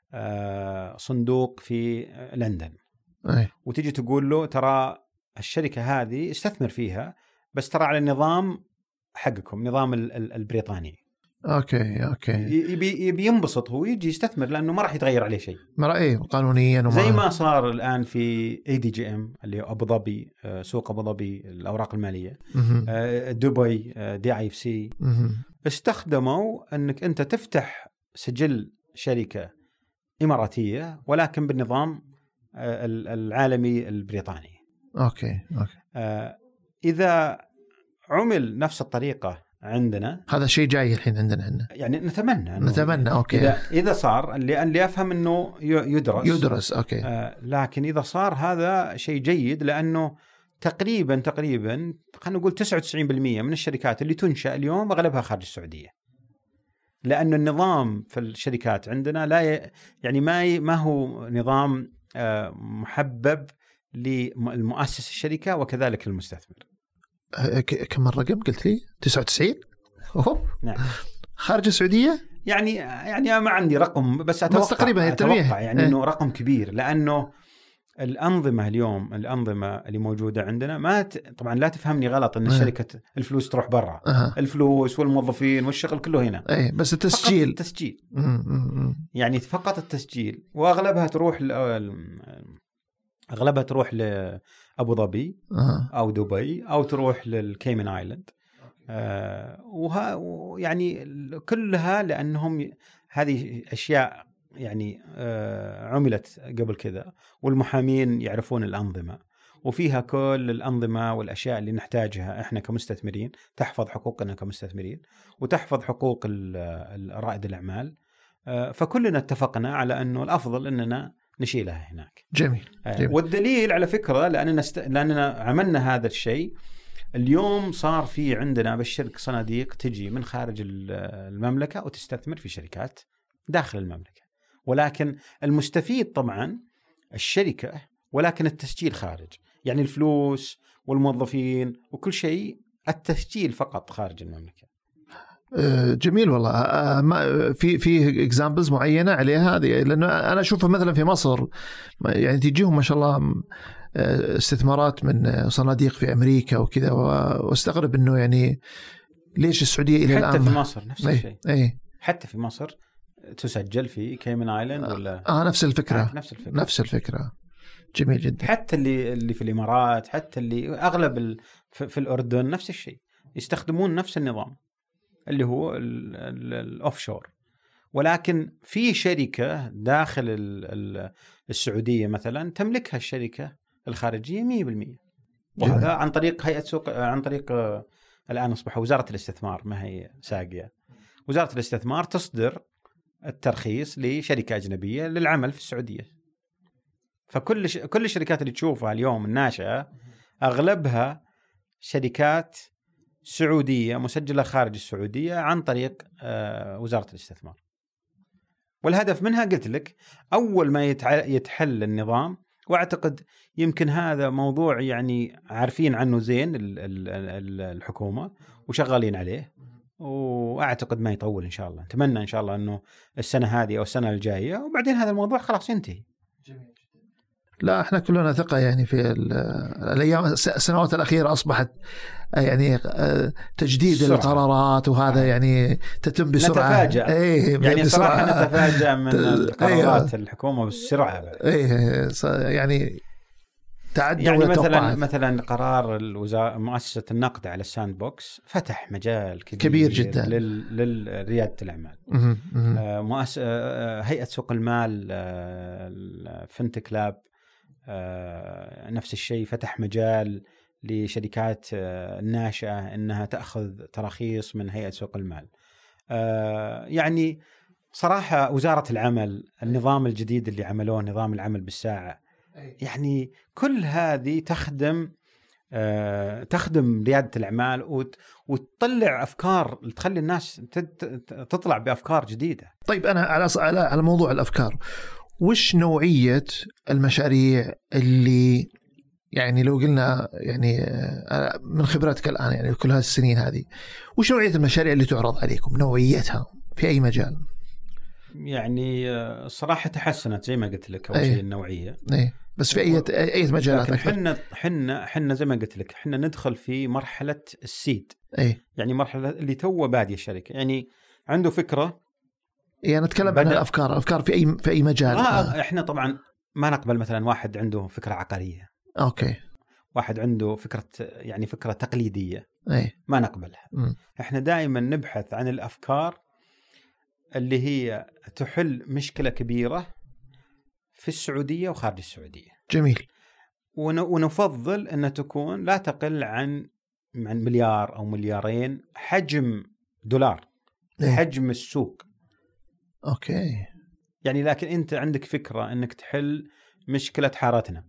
صندوق في لندن، وتجي تقول له ترى الشركة هذه استثمر فيها، بس ترى على النظام حقكم، نظام البريطاني. اوكي يبي ينبسط هو يجي يستثمر، لانه ما راح يتغير عليه شيء. مرأي قانونيا زي ما صار الان في ADGM اللي هو ابو ظبي، سوق ابو ظبي الاوراق الماليه، دبي DIFC، استخدموا انك انت تفتح سجل شركه اماراتيه ولكن بالنظام العالمي البريطاني. اوكي اذا عمل نفس الطريقه عندنا، هذا شيء جاي الحين عندنا هنا، يعني نتمنى اوكي اذا صار، اللي افهم انه يدرس اوكي. لكن اذا صار هذا شيء جيد، لانه تقريبا خلينا نقول 99% من الشركات اللي تنشأ اليوم اغلبها خارج السعوديه، لأن النظام في الشركات عندنا لا يعني ما هو نظام محبب للمؤسس الشركة وكذلك للمستثمر. كم الرقم قلت لي؟ 99؟ نعم. خارج السعودية؟ يعني ما عندي رقم، بس أتوقع يعني إنه رقم كبير، لأنه الأنظمة اليوم، الأنظمة اللي موجودة عندنا طبعا لا تفهمني غلط إن الشركة الفلوس تروح برا، الفلوس والموظفين والشغل كله هنا، بس التسجيل يعني فقط التسجيل، وأغلبها تروح لأبو ظبي أو دبي أو تروح للكيمن آيلاند، يعني كلها لأنهم هذه أشياء يعني عملت قبل كذا، والمحامين يعرفون الأنظمة، وفيها كل الأنظمة والأشياء اللي نحتاجها إحنا كمستثمرين، تحفظ حقوقنا كمستثمرين وتحفظ حقوق رائد الأعمال. فكلنا اتفقنا على أنه الأفضل أننا نشيلها هناك. جميل. والدليل على فكرة لأننا عملنا هذا الشيء، اليوم صار في عندنا بالشركة صناديق تجي من خارج المملكة وتستثمر في شركات داخل المملكة، ولكن المستفيد طبعا الشركة، ولكن التسجيل خارج، يعني الفلوس والموظفين وكل شيء، التسجيل فقط خارج المملكة. جميل والله. في اكزامبلز معينة عليها هذه، لأنه أنا أشوفها مثلا في مصر يعني تجيهم ما شاء الله استثمارات من صناديق في أمريكا وكذا، واستغرب إنه يعني ليش السعودية إلى الآن حتى في مصر نفس الشيء. حتى في مصر تسجل في كيمن آيلاند ولا نفس الفكرة. جميل جدا. حتى اللي في الإمارات، حتى اللي أغلب في الأردن نفس الشيء، يستخدمون نفس النظام اللي هو الأوفشور، ولكن في شركة داخل السعودية مثلا تملكها الشركة الخارجية 100%، وهذا عن طريق هيئة سوق، عن طريق الآن أصبح وزارة الاستثمار، ما هي ساقية، وزارة الاستثمار تصدر الترخيص لشركة أجنبية للعمل في السعودية. فكل الشركات اللي تشوفها اليوم الناشئة أغلبها شركات سعودية مسجلة خارج السعودية عن طريق وزارة الاستثمار. والهدف منها قلت لك أول ما يتحل النظام، وأعتقد يمكن هذا موضوع يعني عارفين عنه زين الحكومة وشغالين عليه، وأعتقد ما يطول إن شاء الله. نتمنى إن شاء الله أنه السنة هذه أو السنة الجاية، وبعدين هذا الموضوع خلاص ينتهي. لا احنا كلنا ثقة يعني في الأيام السنوات الأخيرة أصبحت يعني تجديد السرعة. يعني وهذا يعني تتم بسرعة. نتفاجأ يعني صراحة نتفاجأ من القرارات الحكومة بالسرعة. يعني تعدوا يعني وتوقعات. مثلا قرار مؤسسة النقد على الساند بوكس فتح مجال كبير جدا لريادة الأعمال. هيئة سوق المال فنتك لاب نفس الشيء، فتح مجال لشركات الناشئة أنها تأخذ تراخيص من هيئة سوق المال. يعني صراحة وزارة العمل، النظام الجديد اللي عملوه، نظام العمل بالساعة، يعني كل هذه تخدم ريادة الأعمال وتطلع أفكار، تخلي الناس تطلع بأفكار جديدة. طيب أنا على موضوع الأفكار، وش نوعية المشاريع اللي يعني لو قلنا يعني من خبرتك الآن يعني كل هذه السنين هذه، وش نوعية المشاريع اللي تعرض عليكم، نوعيتها في أي مجال؟ يعني صراحة تحسنت زي ما قلت لك، أول شيء النوعية. بس في أي مجالات أكثر؟ حنا زي ما قلت لك، حنا ندخل في مرحلة السيد. يعني مرحلة اللي تو بادية الشركة، يعني عنده فكرة. يعني نتكلم عن الأفكار في أي مجال. إحنا طبعا ما نقبل مثلا واحد عنده فكرة عقارية. أوكي. واحد عنده فكرة تقليدية. ما نقبلها. إحنا دائما نبحث عن الأفكار اللي هي تحل مشكلة كبيرة في السعودية وخارج السعودية. جميل. ونفضل أن تكون لا تقل عن مليار أو مليارين حجم دولار. حجم السوق. أوكي. يعني لكن أنت عندك فكرة أنك تحل مشكلة حارتنا،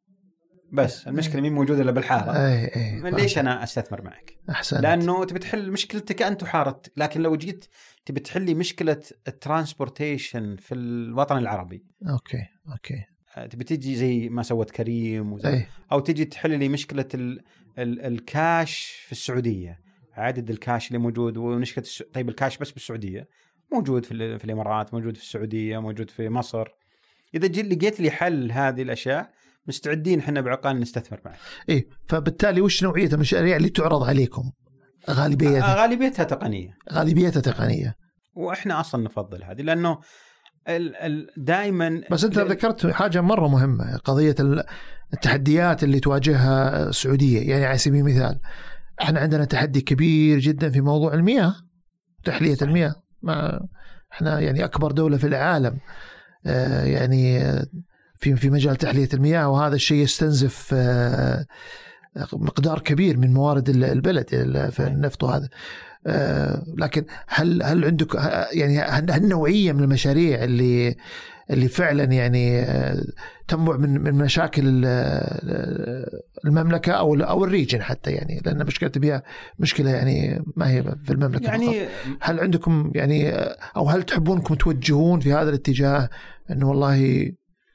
بس المشكلة مين موجودة إلا بالحارة. ليش أنا أستثمر معك؟ أحسنت. لأنه تبي تحل مشكلتك أنت وحارتك، لكن لو جيت تبي تحلي مشكلة الترانسبورتيشن في الوطن العربي، أوكي تبي تجي زي ما سوت كريم أو تجي تحل لي مشكلة الكاش في السعودية، عدد الكاش اللي موجود ومشكلة طيب الكاش بس بالسعودية، موجود في الإمارات، موجود في السعودية، موجود في مصر. إذا لقيت لي حل هذه الأشياء، مستعدين حنا بعقال نستثمر معك. فبالتالي وش نوعية المشاريع اللي تعرض عليكم؟ غالبيتها تقنية. وإحنا أصلا نفضل هذه، لأنه دائما. بس أنت ذكرت حاجة مرة مهمة، قضية التحديات اللي تواجهها السعودية. يعني على سبيل المثال احنا عندنا تحدي كبير جدا في موضوع المياه، تحلية المياه. احنا يعني أكبر دولة في العالم يعني في مجال تحلية المياه، وهذا الشيء يستنزف مقدار كبير من موارد البلد في النفط وهذا. لكن هل عندك يعني هالنوعية من المشاريع اللي فعلا يعني تنبع من مشاكل المملكة أو الريجن حتى، يعني لأن مشكلة بها مشكلة يعني ما هي في المملكة يعني فقط. هل عندكم يعني أو هل تحبونكم توجهون في هذا الاتجاه، إنه والله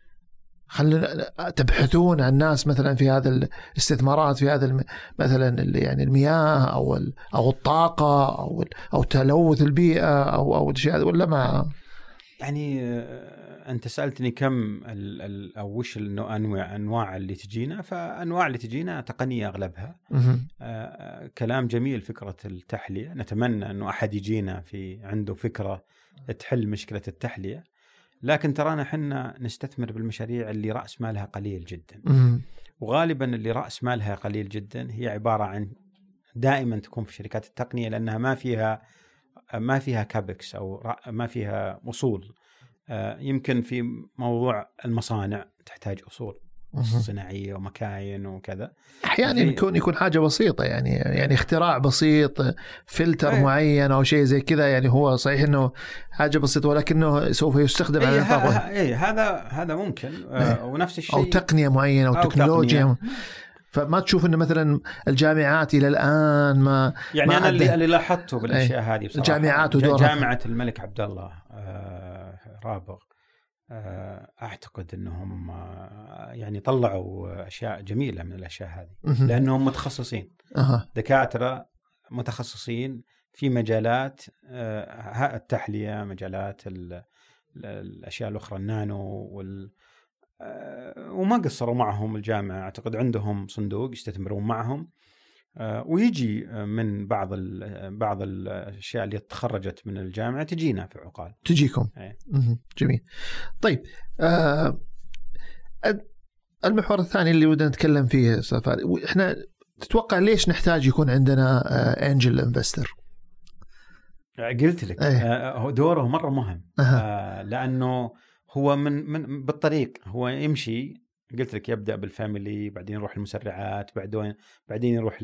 خلينا تبحثون عن ناس مثلا في هذا الاستثمارات في هذا مثلا يعني المياه أو الطاقة أو تلوث البيئة أو شيء، ولا ما يعني أنت سألتني كم أو وش أنواع اللي تجينا، فأنواع اللي تجينا تقنية أغلبها. كلام جميل فكرة التحلية، نتمنى أنه أحد يجينا عنده فكرة تحل مشكلة التحلية، لكن ترانا حنا نستثمر بالمشاريع اللي رأس مالها قليل جدا. وغالبا اللي رأس مالها قليل جدا هي عبارة عن دائما تكون في شركات التقنية، لأنها ما فيها كابكس أو ما فيها أصول. يمكن في موضوع المصانع تحتاج أصول صناعية ومكاين وكذا. أحيانا يكون حاجة بسيطة، يعني اختراع بسيط، فلتر معين أو شيء زي كذا. يعني هو صحيح إنه حاجة بسيطة، ولكنه سوف يستخدم على نطاق. هذا ممكن. ونفس الشيء أو تقنية معينة أو تكنولوجيا. فما تشوف إن مثلا الجامعات إلى الآن يعني أنا اللي لاحظته بالأشياء هذه بصراحة، الجامعات جامعة الملك عبد الله رابغ، أعتقد أنهم يعني طلعوا أشياء جميلة من الأشياء هذه، لأنهم متخصصين، دكاترة متخصصين في مجالات التحلية، مجالات الأشياء الأخرى، النانو وما قصروا معهم الجامعة، أعتقد عندهم صندوق يستثمرون معهم، ويجي من بعض الأشياء اللي تخرجت من الجامعة تجينا في عقال، تجيكم. جميل. طيب المحور الثاني اللي ودنا نتكلم فيه احنا تتوقع ليش نحتاج يكون عندنا انجل انفستر؟ قلت لك دوره مرة مهم. لأنه هو من بالطريق هو يمشي، قلت لك يبدأ بالفاميلي، بعدين يروح المسرعات، بعدين يروح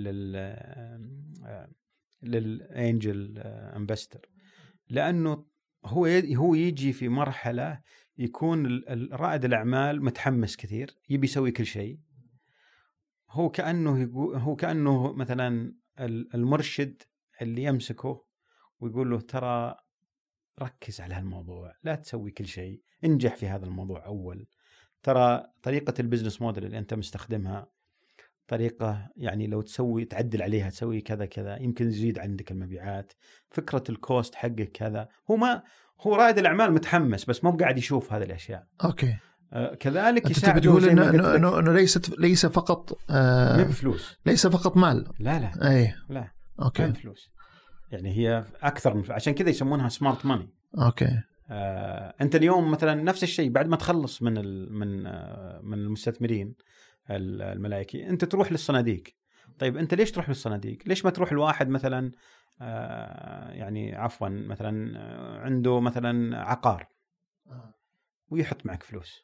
للانجل انفستر، لأنه هو يجي في مرحلة يكون رائد الأعمال متحمس كثير، يبي يسوي كل شيء. هو كأنه مثلا المرشد اللي يمسكه ويقول له ترى ركز على هالموضوع، لا تسوي كل شيء، انجح في هذا الموضوع أول. ترى طريقة البزنس موديل اللي أنت مستخدمها طريقة يعني لو تسوي تعدل عليها، تسوي كذا كذا يمكن يزيد عندك المبيعات. فكرة الكوست حقك كذا. هو رائد الأعمال متحمس بس مو قاعد يشوف هذه الأشياء. أوكي. كذلك يساعد. تقول إنه ليس فقط فلوس، ليس فقط مال. لا لا. أوكي. فلوس يعني هي أكثر من عشان كذا يسمونها سمارت ماني. أوكي. أنت اليوم مثلا نفس الشيء بعد ما تخلص من المستثمرين الملائكي أنت تروح للصناديق. طيب أنت ليش تروح للصناديق؟ ليش ما تروح لواحد مثلا يعني عفوا مثلا عنده مثلا عقار ويحط معك فلوس؟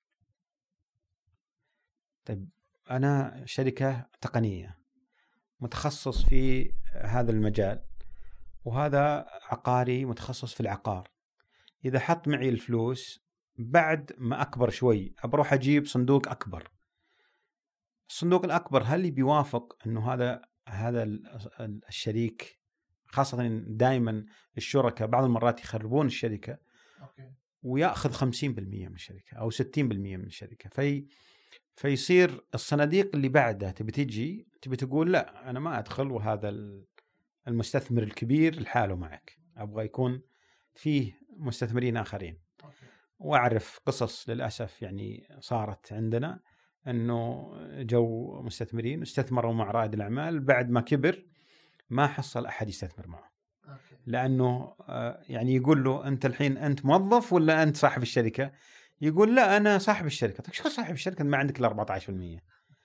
طيب أنا شركة تقنية متخصص في هذا المجال، وهذا عقاري متخصص في العقار. إذا حط معي الفلوس بعد ما أكبر شوي بروح أجيب صندوق أكبر. الصندوق الأكبر هل بيوافق إنه هذا الشريك، خاصة دائما الشركاء بعض المرات يخربون الشركة ويأخذ 50% من الشركة أو 60% من الشركة، فيصير الصناديق اللي بعدها تبي تقول لا أنا ما أدخل، وهذا المستثمر الكبير لحاله معك، أبغى يكون فيه مستثمرين آخرين. وأعرف قصص للأسف يعني صارت عندنا أنه جو مستثمرين استثمروا مع رائد الأعمال، بعد ما كبر ما حصل أحد يستثمر معه، لأنه يعني يقول له أنت الحين أنت موظف ولا أنت صاحب الشركة؟ يقول لا أنا صاحب الشركة. طيب شو صاحب الشركة ما عندك إلا 14%؟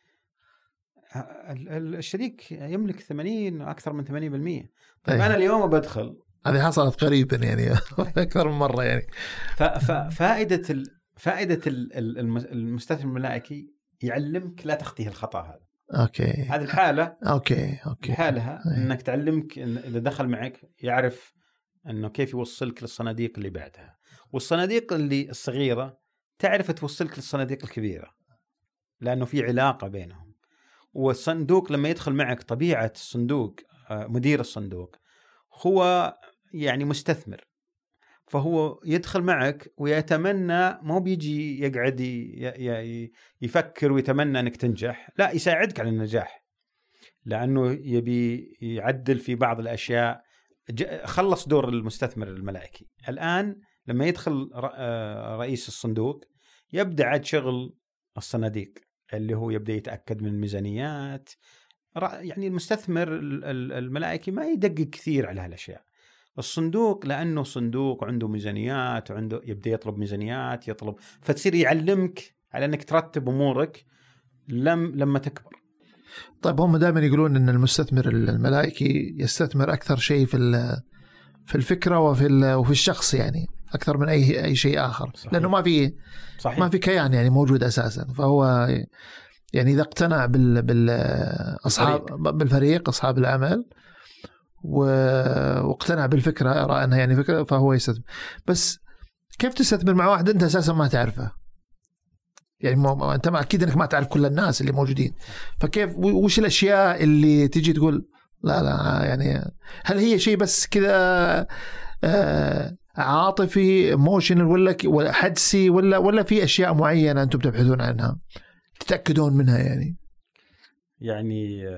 الشريك يملك 80 أكثر من 80%. طيب أنا اليوم بدخل، هذه حصلت قريبا يعني أكثر من مرة يعني. فائدة المستثمر الملائكي يعلمك لا تخطيه الخطأ هذا. أوكي. هذه الحالة. أوكي. حالها إنك تعلمك إن إذا دخل معك يعرف إنه كيف يوصلك للصناديق اللي بعدها، والصناديق اللي الصغيرة تعرف توصلك للصناديق الكبيرة، لأنه في علاقة بينهم. والصندوق لما يدخل معك، طبيعة الصندوق مدير الصندوق هو يعني مستثمر، فهو يدخل معك ويتمنى، مو بيجي يقعد يفكر ويتمنى أنك تنجح، لا يساعدك على النجاح، لأنه يبي يعدل في بعض الأشياء. خلص دور المستثمر الملائكي. الآن لما يدخل رئيس الصندوق يبدأ عاد شغل الصناديق، اللي هو يبدأ يتأكد من الميزانيات. يعني المستثمر الملائكي ما يدقق كثير على هالأشياء. الصندوق لأنه صندوق عنده ميزانيات، وعنده يبدأ يطلب ميزانيات، فتصير يعلمك على أنك ترتب أمورك لما تكبر. طيب هم دائما يقولون أن المستثمر الملائكي يستثمر أكثر شيء في الفكرة وفي الشخص، يعني أكثر من أي شيء آخر. صحيح. لأنه ما في كيان يعني موجود أساسا. فهو يعني إذا اقتنع بالفريق أصحاب العمل واقتنع بالفكرة، رأى أنها يعني فكرة، فهو يستثمر. بس كيف تستثمر مع واحد أنت أساسا ما تعرفه؟ يعني أنت أكيد أنك ما تعرف كل الناس اللي موجودين، فكيف وش الأشياء اللي تيجي تقول لا يعني هل هي شيء بس كذا عاطفي موشنال ولا حدسي ولا في أشياء معينة أنتم تبحثون عنها تتأكدون منها يعني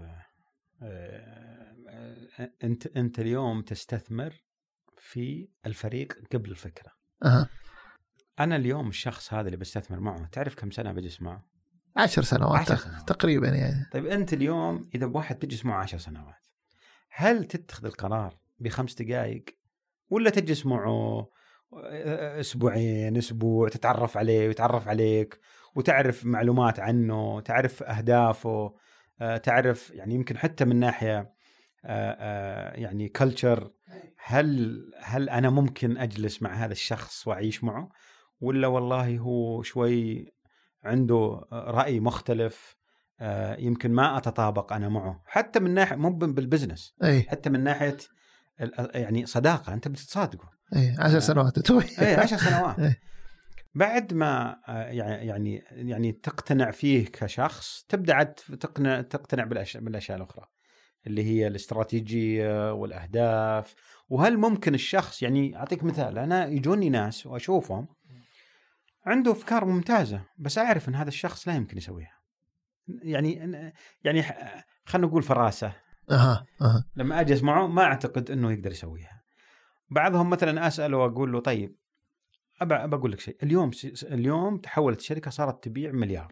أنت اليوم تستثمر في الفريق قبل الفكرة. أنا اليوم الشخص هذا اللي بستثمر معه، تعرف كم سنة بجلس معه؟ 10 سنوات 10 سنوات تقريبا يعني. طيب أنت اليوم إذا بواحد تجلس معه 10 سنوات، هل تتخذ القرار ب5 دقائق ولا تجلس معه أسبوعين، أسبوع، تتعرف عليه ويتعرف عليك وتعرف معلومات عنه، تعرف أهدافه، تعرف يعني يمكن حتى من ناحية يعني كلتشر، هل أنا ممكن أجلس مع هذا الشخص وأعيش معه، ولا والله هو شوي عنده رأي مختلف، يمكن ما أتطابق أنا معه، حتى من ناحية مو بالبزنس، حتى من ناحية يعني صداقة، أنت بتتصادقه 10 سنوات توي 10 سنوات بعد ما يعني تقتنع فيه كشخص، تبدأ تقتنع بالأشياء الأخرى اللي هي الاستراتيجية والأهداف. وهل ممكن الشخص، يعني أعطيك مثال، أنا يجوني ناس وأشوفهم عنده أفكار ممتازة بس أعرف أن هذا الشخص لا يمكن يسويها، يعني خلنا نقول فراسة. لما أجلس معه ما أعتقد أنه يقدر يسويها. بعضهم مثلا أسأله وأقول له طيب أقول لك شيء، اليوم تحولت الشركة صارت تبيع مليار،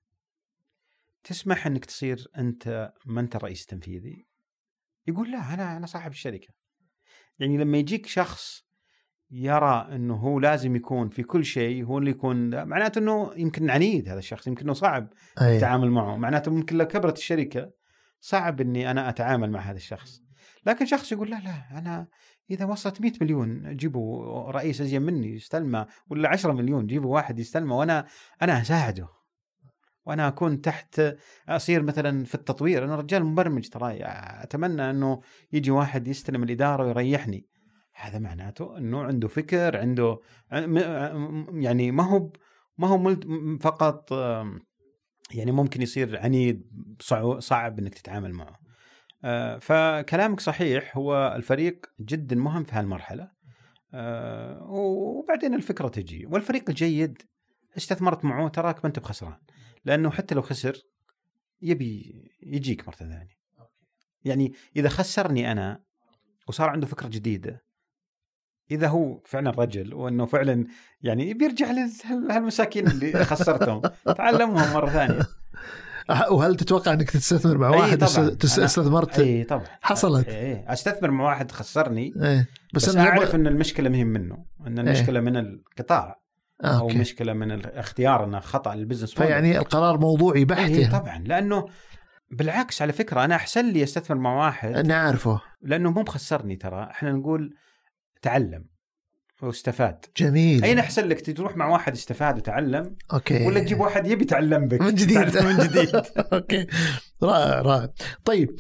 تسمح أنك تصير أنت ما أنت الرئيس التنفيذي؟ يقول لا، أنا صاحب الشركة. يعني لما يجيك شخص يرى أنه هو لازم يكون في كل شيء هو اللي يكون، معناته أنه يمكن عنيد هذا الشخص، يمكن أنه صعب التعامل معه، معناته ممكن لو كبرت الشركة صعب أني أنا أتعامل مع هذا الشخص. لكن شخص يقول لا أنا إذا وصلت 100 مليون جيبوا رئيس أزين مني يستلمه، ولا 10 مليون جيبوا واحد يستلمه، وأنا أساعده، وأنا أكون تحت، أصير مثلا في التطوير. أنا رجال مبرمج ترى، أتمنى أنه يجي واحد يستلم الإدارة ويريحني. هذا معناته أنه عنده فكر، عنده يعني ما هو فقط يعني ممكن يصير عنيد، صعب أنك تتعامل معه. فكلامك صحيح، هو الفريق جدا مهم في هالمرحلة. وبعدين الفكرة تجي، والفريق الجيد استثمرت معه تراك ما أنت بخسران، لأنه حتى لو خسر يبي يجيك مرة ثانية. يعني إذا خسرني أنا وصار عنده فكرة جديدة، إذا هو فعلا رجل وأنه فعلا يعني بيرجع لهالمساكين اللي خسرتهم تعلمهم مرة ثانية. وهل تتوقع أنك تستثمر مع واحد استثمرت؟ أي طبعا حصلت. أستثمر مع واحد خسرني، بس أنا أعرف أن المشكلة مهم منه، أن المشكلة من القطاع أو مشكلة من الاختيار، أنه خطأ للبزنس. فيعني القرار موضوعي بحت. طبعا، لأنه بالعكس على فكرة أنا أحسن لي أستثمر مع واحد أنا أعرفه لأنه مو مخسرني. ترى إحنا نقول تعلم واستفاد. جميل. أين أحسن لك تروح مع واحد استفاد وتعلم، أوكي، ولا تجيب واحد يبي يتعلم بك من جديد من جديد؟ أوكي، رائع. طيب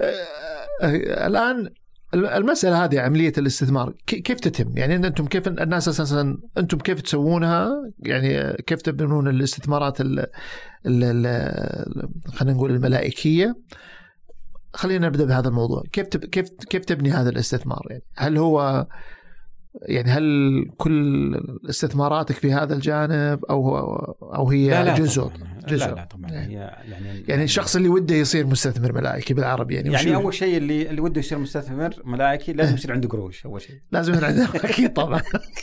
الآن المسألة هذه، عملية الاستثمار كيف تتم؟ يعني أنتم كيف الناس أساسا أنتم كيف تسوونها؟ يعني كيف تبنون الاستثمارات خلينا نقول الملائكية؟ خلينا نبدأ بهذا الموضوع. كيف تبني هذا الاستثمار؟ يعني هل كل استثماراتك في هذا الجانب أو هي لا جزء؟ لا طبعا. يعني الشخص اللي وده يصير مستثمر ملائكي بالعربي، يعني أول شيء اللي وده يصير مستثمر ملائكي لازم يصير عنده قروش. أول شيء لازم يصير عنده أكيد طبعا.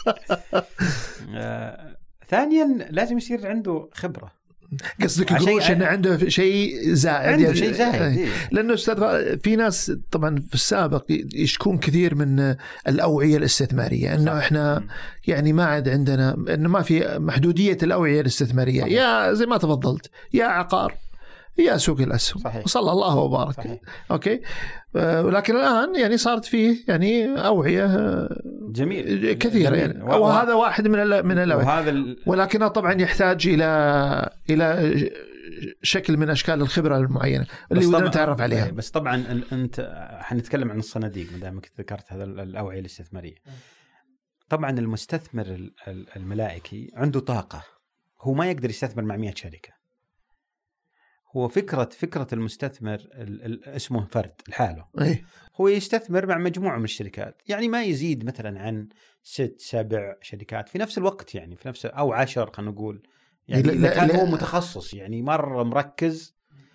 ثانيا لازم يصير عنده خبرة. قصدك قروش إنه عنده شيء زائد؟ عنده شيء زائد. لأنه أستاذ في ناس طبعا في السابق يشكون كثير من الأوعية الاستثمارية، إنه إحنا يعني ما عاد عندنا، إنه ما في محدودية الأوعية الاستثمارية. يا زي ما تفضلت، يا عقار يا سوق الأسهم. صلى الله وبارك. صحيح. أوكي. ولكن الآن يعني صارت فيه يعني أوعية جميل كثيرة يعني، وهذا واحد من الأوعية، ولكنه طبعا يحتاج إلى شكل من أشكال الخبرة المعينة اللي ودنا نتعرف عليها. بس طبعا أنت حنتكلم عن الصناديق ما دامك ذكرت هذا الأوعية الاستثمارية. طبعا المستثمر الملائكي عنده طاقة، هو ما يقدر يستثمر مع 100 شركة. هو فكرة المستثمر اسمه فرد لحاله. هو يستثمر مع مجموعة من الشركات، يعني ما يزيد مثلا عن 6-7 شركات في نفس الوقت، يعني في نفس أو 10 خلينا نقول. يعني إذا كان هو متخصص يعني مرة مركز،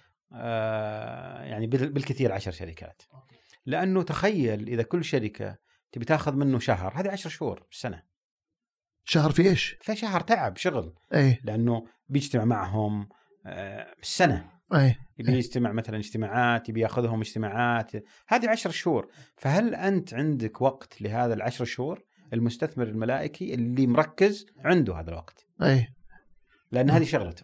يعني بالكثير 10 شركات. لأنه تخيل إذا كل شركة تبي تاخذ منه شهر، هذه 10 شهور بالسنة. شهر في إيش؟ في شهر تعب شغل. لأنه بيجتمع معهم بالسنة. يبي يجتمع مثلا اجتماعات، يبي ياخذهم اجتماعات، هذه 10 شهور. فهل أنت عندك وقت لهذا 10 شهور؟ المستثمر الملائكي اللي مركز عنده هذا الوقت، لأن هذه شغلته.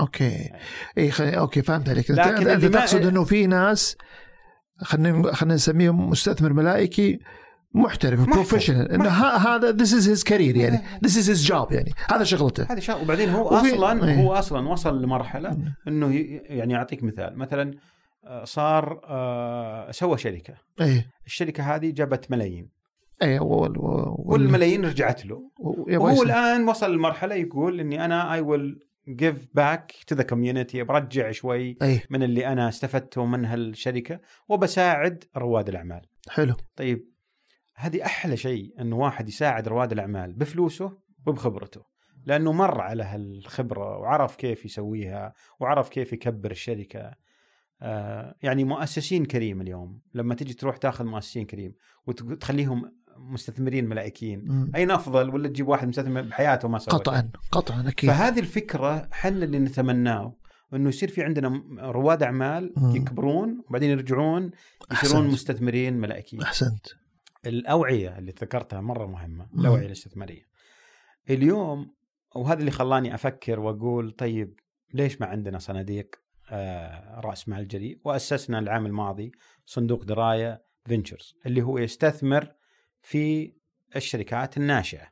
أوكي فهمت عليك. أنت تقصد أنه في ناس خلينا نسميهم مستثمر ملائكي محترف بروفيشنال، انه هذا this is his career يعني this is his job يعني هذا شغلته. وبعدين هو اصلا وصل لمرحله انه يعني اعطيك مثلا صار سوى شركه. الشركه هذه جابت ملايين. والملايين رجعت له. وهو الان وصل لمرحله يقول اني انا I will give back to the community، برجع شوي من اللي انا استفدته من هالشركه وبساعد رواد الاعمال. حلو. طيب هذه أحلى شيء، أنه واحد يساعد رواد الأعمال بفلوسه وبخبرته، لأنه مر على هالخبرة وعرف كيف يسويها وعرف كيف يكبر الشركة. يعني مؤسسين كريم اليوم لما تجي تروح تاخذ مؤسسين كريم وتخليهم مستثمرين ملائكيين، أين أفضل ولا تجيب واحد مستثمر بحياته ما سوى؟ قطعا أكيد. فهذه الفكرة حل اللي نتمناه، أنه يصير في عندنا رواد أعمال يكبرون وبعدين يرجعون يصيرون مستثمرين ملائكيين. أحسنت. الأوعية اللي ذكرتها مرة مهمة، الأوعية الاستثمارية اليوم. وهذا اللي خلاني أفكر وأقول طيب ليش ما عندنا صناديق رأس مال جريء؟ وأسسنا العام الماضي صندوق دراية فينتشرز اللي هو يستثمر في الشركات الناشئة.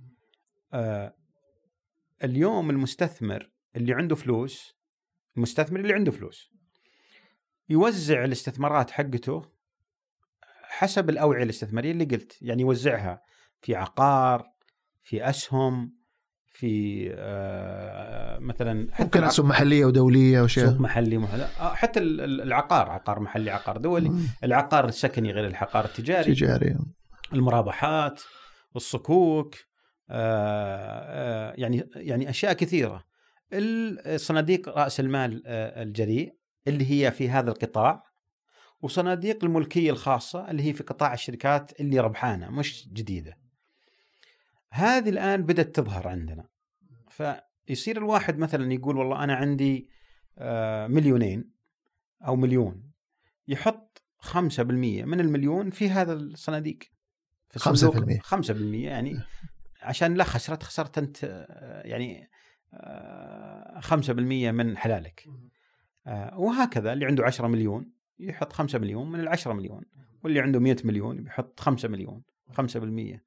اليوم المستثمر اللي عنده فلوس، المستثمر اللي عنده فلوس يوزع الاستثمارات حقته حسب الأوعية الاستثمارية اللي قلت، يعني يوزعها في عقار، في أسهم، في مثلا ممكن أسهم محلية ودولية وشيء. سوق محلي حتى العقار، عقار محلي، عقار دولي، العقار السكني غير العقار التجاري، المرابحات والصكوك، يعني أشياء كثيرة. الصناديق رأس المال الجريء اللي هي في هذا القطاع، وصناديق الملكية الخاصة اللي هي في قطاع الشركات اللي ربحانة مش جديدة. هذه الآن بدأت تظهر عندنا. فيصير الواحد مثلا يقول والله أنا عندي 2,000,000 أو 1,000,000، يحط 5% من 1,000,000 في هذا الصناديق، في 5% يعني عشان لا خسرت أنت يعني 5% من حلالك. وهكذا اللي عنده 10 مليون يحط 5 مليون من 10 مليون، واللي عنده 100 مليون يحط 5 مليون 5%.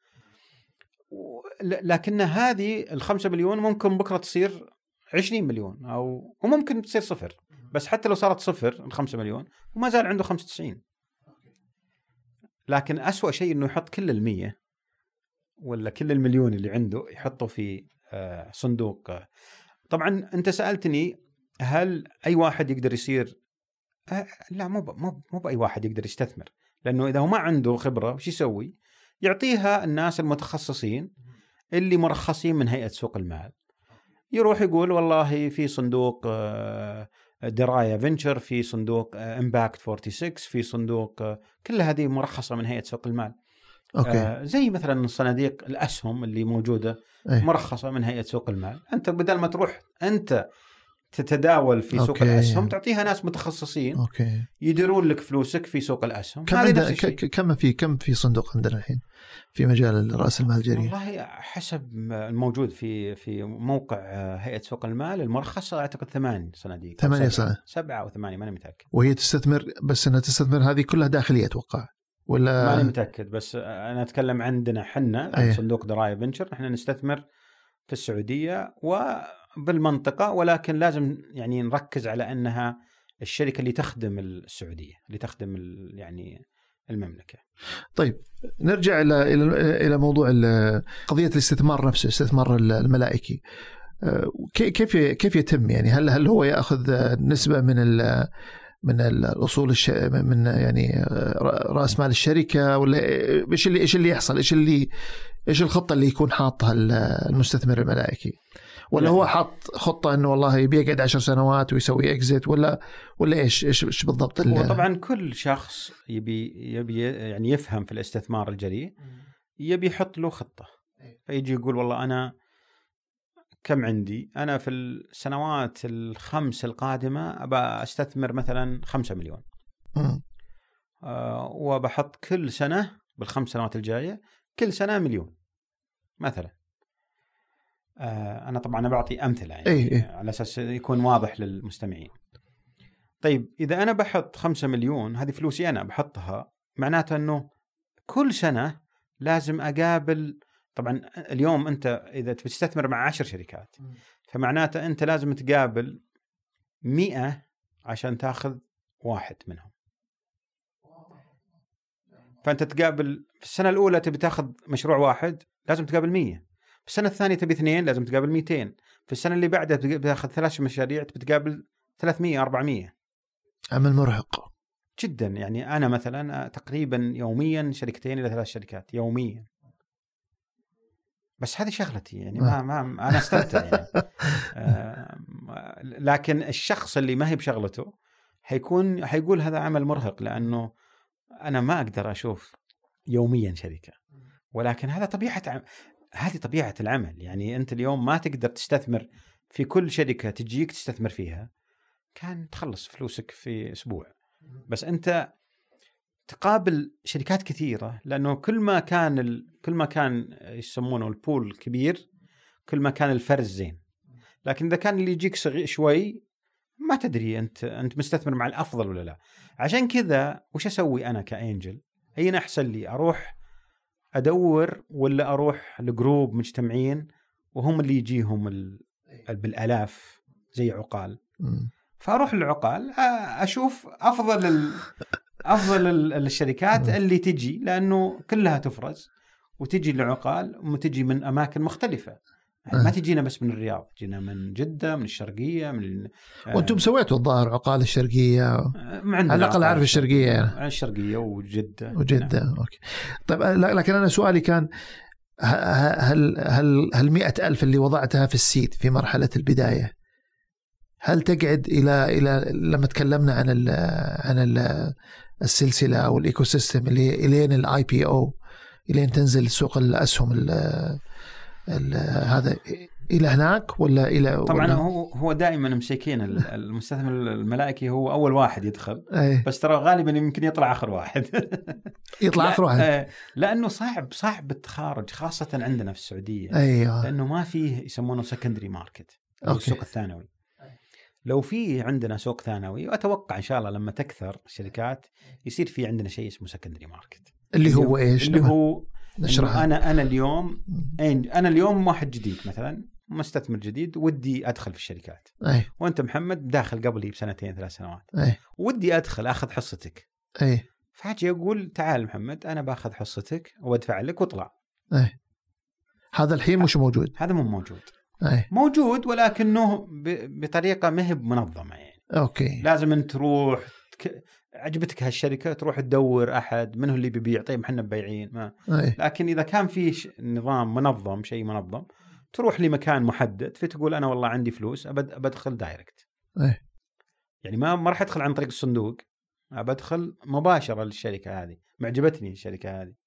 لكن هذه 5 مليون ممكن بكرة تصير 20 مليون أو وممكن تصير 0. بس حتى لو صارت 0 5 مليون وما زال عنده 95. لكن أسوأ شيء إنه يحط كل 100 ولا كل 1,000,000 اللي عنده يحطه في صندوق. طبعا أنت سألتني هل أي واحد يقدر يصير؟ لا، مو بأي واحد يقدر يستثمر، لأنه إذا هو ما عنده خبرة وش يسوي؟ يعطيها الناس المتخصصين اللي مرخصين من هيئة سوق المال. يروح يقول والله في صندوق دراية فينتشر، في صندوق إمباكت 46، في صندوق كل هذه مرخصة من هيئة سوق المال. زي مثلا صناديق الأسهم اللي موجودة مرخصة من هيئة سوق المال. أنت بدل ما تروح أنت تتداول في سوق الأسهم تعطيها ناس متخصصين يديرون لك فلوسك في سوق الأسهم. كم في صندوق عندنا الحين في مجال رأس المال الجريء؟ والله حسب الموجود في موقع هيئة سوق المال المرخصة أعتقد 8 صناديق، 8 7 أو 8 ما أنا متأكد. وهي تستثمر، بس أنها تستثمر هذه كلها داخلية أتوقع ولا ما أنا متأكد، بس أنا أتكلم عندنا حنا صندوق دراية فينتشر نحن نستثمر في السعودية وبالمنطقة، ولكن لازم يعني نركز على أنها الشركة اللي تخدم السعودية، اللي تخدم يعني المملكة. طيب نرجع إلى موضوع قضية الاستثمار نفسه، الاستثمار الملائكي. كيف يتم يعني؟ هل هو يأخذ نسبة من الأصول من يعني رأس مال الشركة، ولا إيش اللي يحصل؟ إيش الخطة اللي يكون حاطها المستثمر الملائكي؟ ولا هو حاط خطة إنه والله بيقعد 10 سنوات ويسوي إكزيت، ولا إيش بالضبط؟ هو طبعا كل شخص يبي يعني يفهم في الاستثمار الجريء يبي يحط له خطة. فيجي يقول والله أنا كم عندي، أنا في السنوات 5 القادمة أبى أستثمر مثلا 5 مليون، وبحط كل سنة بال5 سنوات الجاية كل سنة 1 مليون مثلا. أنا طبعا بعطي أمثلة يعني على أساس يكون واضح للمستمعين. طيب إذا أنا بحط 5 مليون، هذه فلوسي أنا بحطها، معناته أنه كل سنة لازم أقابل، طبعا اليوم أنت إذا تستثمر مع 10 شركات فمعناته أنت لازم تقابل 100 عشان تأخذ 1 منهم. فأنت تقابل في السنة الأولى تبي تأخذ مشروع 1 لازم تقابل 100، في السنة الثانية تبي 2 لازم تقابل 200، في السنة اللي بعدها بتأخذ 3 مشاريع تقابل 300 400. عمل مرهق جدا. يعني أنا مثلا تقريبا يوميا 2 إلى 3 شركات يوميا، بس هذه شغلتي يعني ما أنا استمتع يعني. لكن الشخص اللي ما هي بشغلته حيقول هذا عمل مرهق، لأنه أنا ما أقدر أشوف يوميا شركة. ولكن هذا هذه طبيعة العمل. يعني أنت اليوم ما تقدر تستثمر في كل شركة تجيك تستثمر فيها، كان تخلص فلوسك في أسبوع. بس أنت تقابل شركات كثيرة، لأنه كل ما كان يسمونه البول كبير كل ما كان الفرز زين. لكن إذا كان اللي يجيك شوي ما تدري أنت مستثمر مع الأفضل ولا لا. عشان كذا وش أسوي أنا كأنجل؟ أين أحسن لي؟ أروح أدور ولا أروح لجروب مجتمعين وهم اللي يجيهم بالآلاف زي عقال؟ فأروح للعقال أشوف أفضل الشركات اللي تجي، لأنه كلها تفرز وتجي للعقال وتجي من أماكن مختلفة. يعني ما تجينا بس من الرياض، تجينا من جدة، من الشرقية، وأنتم سويتوا الظاهر عقال الشرقية على الأقل أعرف الشرقية يعني. الشرقية وجدة نعم. أوكي. طيب لكن أنا سؤالي كان هل 100,000 اللي وضعتها في السيد في مرحلة البداية، هل تقعد إلى لما تكلمنا عن السلسلة أو الإيكو سيستم اللي إلين الIPO إلين تنزل سوق الأسهم هذا إلى هناك ولا إلى؟ طبعا هو دائما مسيكين المستثمر الملائكي هو أول واحد يدخل، بس ترى غالبا يمكن يطلع آخر واحد. يطلع آخر واحد لأنه صعب التخارج، خاصة عندنا في السعودية. أيوة. لأنه ما فيه يسمونه سكندري ماركت أو السوق الثانوي. لو في عندنا سوق ثانوي، وأتوقع إن شاء الله لما تكثر الشركات يصير في عندنا شيء اسمه سكندري ماركت. اللي هو إيش؟ اللي هو أنا اليوم واحد جديد مثلا، مستثمر جديد، ودي أدخل في الشركات. وأنت محمد داخل قبلي بسنتين 3 سنوات، ودي أدخل أخذ حصتك. فحاجي يقول تعال محمد أنا باخذ حصتك وأدفع لك واطلع. هذا الحين مش موجود. هذا مو موجود. موجود ولكنه بطريقة مهب منظمة يعني. أوكي. لازم أن تروح عجبتك هالشركة تروح تدور أحد منه اللي بيبيع. طيب إحنا ببيعين لكن إذا كان في نظام منظم، شيء منظم، تروح لمكان محدد فتقول أنا والله عندي فلوس أبدخل دايركت. يعني ما راح أدخل عن طريق الصندوق، أبدخل مباشرة للشركة هذه. معجبتني الشركة هذه،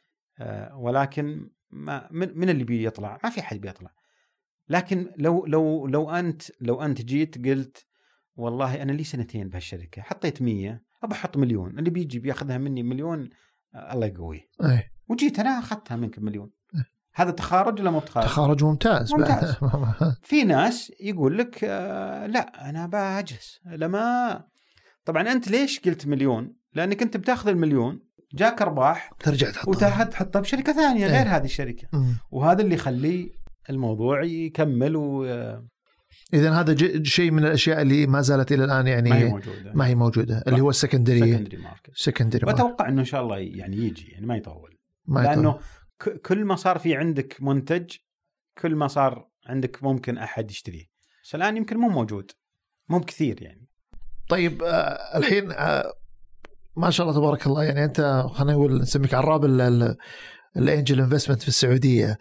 ولكن من اللي بيطلع؟ ما في حد بيطلع. لكن لو أنت جيت قلت والله أنا لي 2 بهالشركة، حطيت 100، أبى أحط 1,000,000، اللي بيجي بياخذها مني 1,000,000 الله يقويه. وجيت أنا أخذتها منك 1,000,000. هذا تخارج ولا مو تخارج؟ تخارج ممتاز. في ناس يقول لك لا أنا بأجلس لما. طبعا أنت ليش قلت 1,000,000؟ لأنك أنت بتأخذ 1,000,000 جاك أرباح ترجع تحطها بشركة ثانية غير هذه الشركة. وهذا اللي يخلي الموضوع يكمل. إذن هذا شيء من الأشياء اللي ما زالت إلى الآن يعني ما هي موجودة اللي هو السكندري ماركت. وأتوقع إنه إن شاء الله يعني يجي، يعني ما يطول. لأنه كل ما صار في عندك منتج، كل ما صار عندك ممكن أحد يشتريه. بس الآن يمكن مو موجود، مو كثير يعني. طيب الحين ما شاء الله تبارك الله، يعني أنت خلينا نقول نسميك عراب الانجل انفستمنت في السعودية.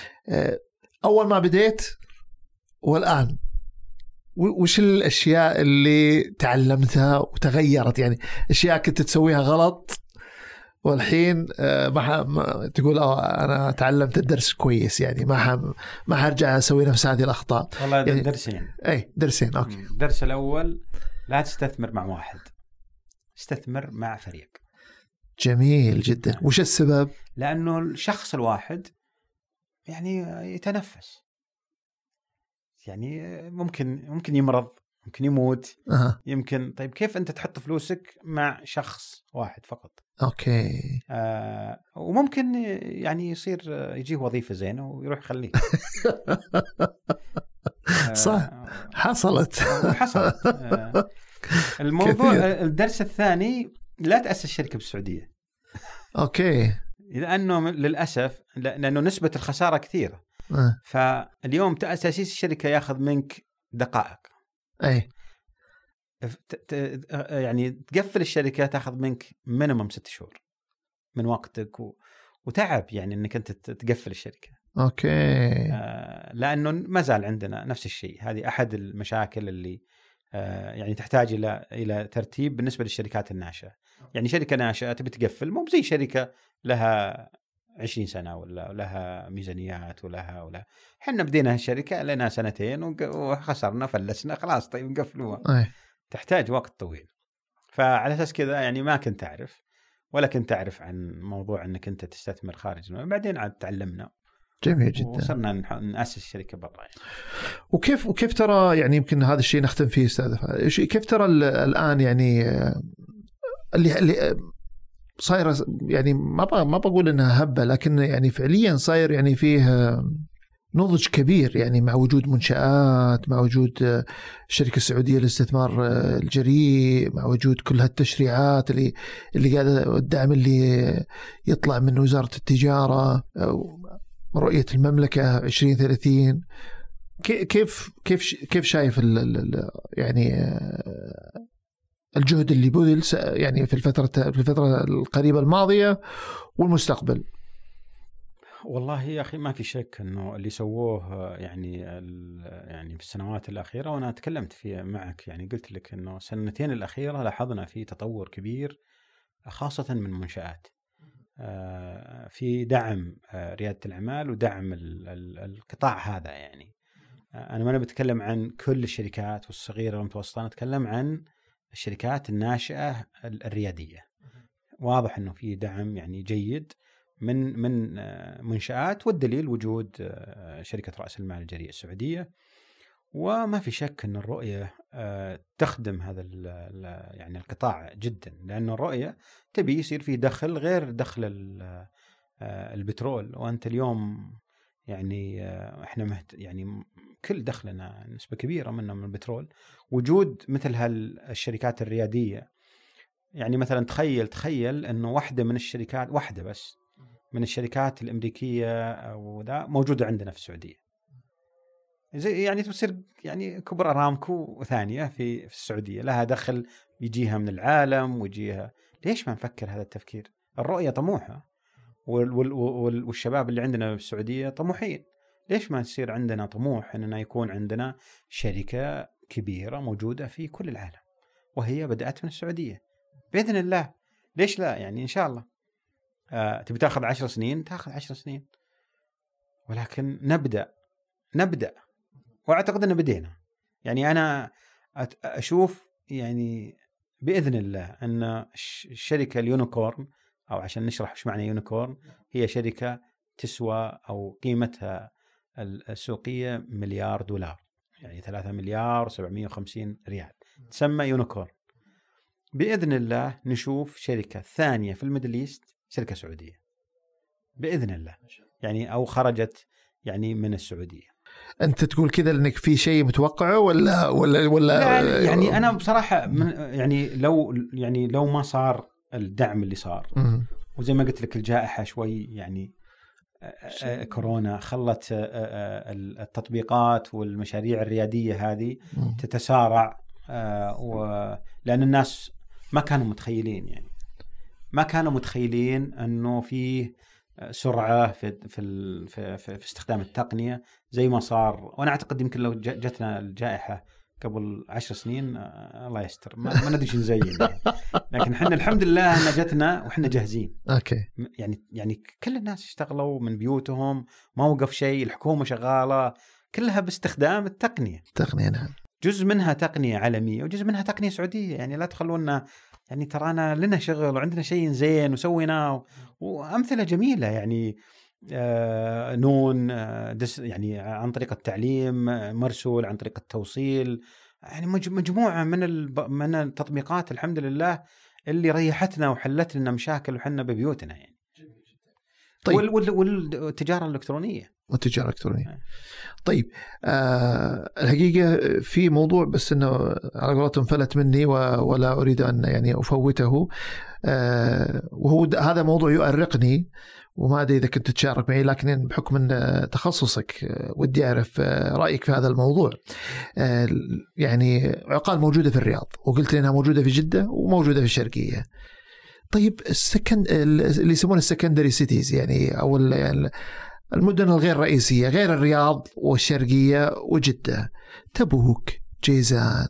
أول ما بديت والآن وش الأشياء اللي تعلمتها وتغيرت؟ يعني أشياء كنت تسويها غلط والحين ما تقول أنا تعلمت الدرس كويس، يعني ما حرجع أسوي نفس هذه الأخطاء. والله يعني درسين. درسين. أوكي. الدرس الأول لا تستثمر مع واحد، استثمر مع فريق. جميل جدا. وش السبب؟ لأنه الشخص الواحد يعني يتنفس، يعني ممكن يمرض، ممكن يموت. يمكن. طيب كيف أنت تحط فلوسك مع شخص واحد فقط؟ أوكي. وممكن يعني يصير يجيه وظيفة زينة ويروح يخليه. صح. حصلت. الموضوع كثير. الدرس الثاني، لا تأسس شركة بالسعودية. أوكي. لأنه للأسف لأنه نسبة الخسارة كثيرة. فاليوم تأسيس الشركة ياخذ منك دقائق. يعني تقفل الشركة تاخذ منك مينيمم 6 شهور من وقتك وتعب، يعني انك انت تقفل الشركة. اوكي. لانه ما زال عندنا نفس الشيء. هذه احد المشاكل اللي يعني تحتاج الى ترتيب بالنسبة للشركات الناشئة. يعني شركة ناشئة تبي تقفل، مو زي شركة لها 20 سنة ولا لها ميزانيات ولا. حنا بدينا هالشركة لنا 2 وخسرنا فلسنا، خلاص طيب نقفلوها. تحتاج وقت طويل. فعلى أساس كذا يعني ما كنت أعرف، ولا كنت أعرف عن موضوع أنك أنت تستثمر خارج. بعدين عاد تعلمنا. جميل جدا. وصرنا نأسس شركة برا يعني. وكيف ترى، يعني يمكن هذا الشيء نختم فيه أستاذ، كيف ترى الآن يعني اللي صاير، يعني ما بقول إنها هبة، لكن يعني فعليا صاير يعني فيه نضج كبير، يعني مع وجود منشآت، مع وجود الشركة السعودية للاستثمار الجريء، مع وجود كل هالتشريعات اللي قاعدة، الدعم اللي يطلع من وزارة التجارة، رؤية المملكة 2030. كيف شايف يعني الجهد اللي بذل يعني في الفترة القريبة الماضية والمستقبل؟ والله يا أخي ما في شك أنه اللي سووه يعني في السنوات الأخيرة، وأنا تكلمت فيه معك، يعني قلت لك أنه 2 الأخيرة لاحظنا في تطور كبير، خاصة من منشآت، في دعم ريادة الأعمال ودعم القطاع هذا. يعني أنا ما بتكلم عن كل الشركات والصغيرة والمتوسطة، أنا أتكلم عن الشركات الناشئة الريادية. واضح أنه في دعم يعني جيد من منشآت، والدليل وجود شركة رأس المال الجريء السعودية. وما في شك أن الرؤية تخدم هذا يعني القطاع جدا، لأن الرؤية تبي يصير فيه دخل غير دخل البترول. وأنت اليوم يعني احنا يعني كل دخلنا نسبة كبيرة منه من البترول. وجود مثل هالشركات الريادية، يعني مثلا تخيل أنه واحدة بس من الشركات الأمريكية أو ذا موجودة عندنا في السعودية، زي يعني تصير يعني كبرى أرامكو ثانية في السعودية، لها دخل يجيها من العالم ويجيها. ليش ما نفكر هذا التفكير؟ الرؤية طموحة، والشباب اللي عندنا في السعودية طموحين. ليش ما يصير عندنا طموح أننا يكون عندنا شركة كبيرة موجودة في كل العالم، وهي بدأت من السعودية بإذن الله. ليش لا؟ يعني إن شاء الله تبي تأخذ 10 سنين تأخذ 10 سنين، ولكن نبدأ وأعتقد أن بدينا. يعني أنا أشوف يعني بإذن الله أن الشركة اليونيكورن، أو عشان نشرح إيش معنى يونيكورن، هي شركة تسوى أو قيمتها السوقية $1 مليار، يعني 3,750 مليار، تسمى يونيكورن. بإذن الله نشوف شركة ثانية في الميدل إيست، شركة سعودية بإذن الله، يعني أو خرجت يعني من السعودية. أنت تقول كذا لأنك في شيء متوقعه ولا يعني أنا بصراحة يعني لو ما صار الدعم اللي صار، وزي ما قلت لك الجائحة شوي يعني كورونا خلت التطبيقات والمشاريع الريادية هذه تتسارع، لأن الناس ما كانوا متخيلين أنه فيه سرعة في استخدام التقنية زي ما صار. وأنا أعتقد يمكن لو جتنا الجائحة قبل 10 سنين الله يستر ما ندري شو نزين يعني. لكن احنا الحمد لله ان جتنا واحنا جاهزين. اوكي. يعني كل الناس اشتغلوا من بيوتهم، ما وقف شيء، الحكومه شغاله، كلها باستخدام التقنيه. نعم. جزء منها تقنيه عالميه وجزء منها تقنيه سعوديه. يعني لا تخلونا يعني ترانا لنا شغل وعندنا شيء زين وسويناه وامثله جميله يعني. نون يعني عن طريق التعليم، مرسول عن طريق التوصيل، يعني مجموعة من التطبيقات الحمد لله اللي ريحتنا وحلت لنا مشاكل وحنا ببيوتنا يعني. طيب. والتجارة الإلكترونية. طيب الحقيقة في موضوع بس إنه على قولتهم فلت مني ولا أريد أن يعني أفوته، وهو هذا موضوع يؤرقني وما أدري إذا كنت تشارك معي، لكن بحكم أن تخصصك ودي أعرف رأيك في هذا الموضوع. يعني عقال موجودة في الرياض وقلت لي أنها موجودة في جدة وموجودة في الشرقية. طيب اللي يسمونه السكندري سيتيز يعني أو المدن الغير رئيسية غير الرياض والشرقية وجدة، تبوك، جيزان،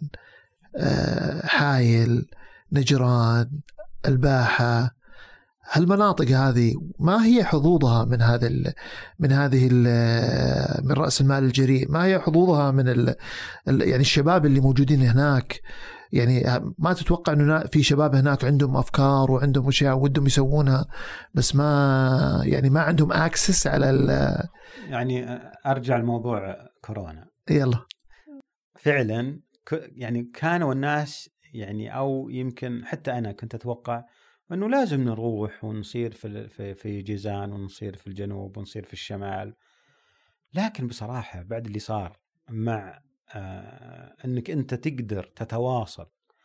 حايل، نجران، الباحة، هالمناطق هذه ما هي حظوظها من رأس المال الجريء؟ ما هي حظوظها من يعني الشباب اللي موجودين هناك؟ يعني ما تتوقع انه في شباب هناك عندهم افكار وعندهم اشياء ودهم يسوونها بس ما عندهم اكسس على يعني ارجع لموضوع كورونا. يلا فعلا يعني كانوا الناس يعني او يمكن حتى انا كنت اتوقع انه لازم نروح ونصير في جيزان ونصير في الجنوب ونصير في الشمال. لكن بصراحة بعد اللي صار مع أنك أنت تقدر تتواصل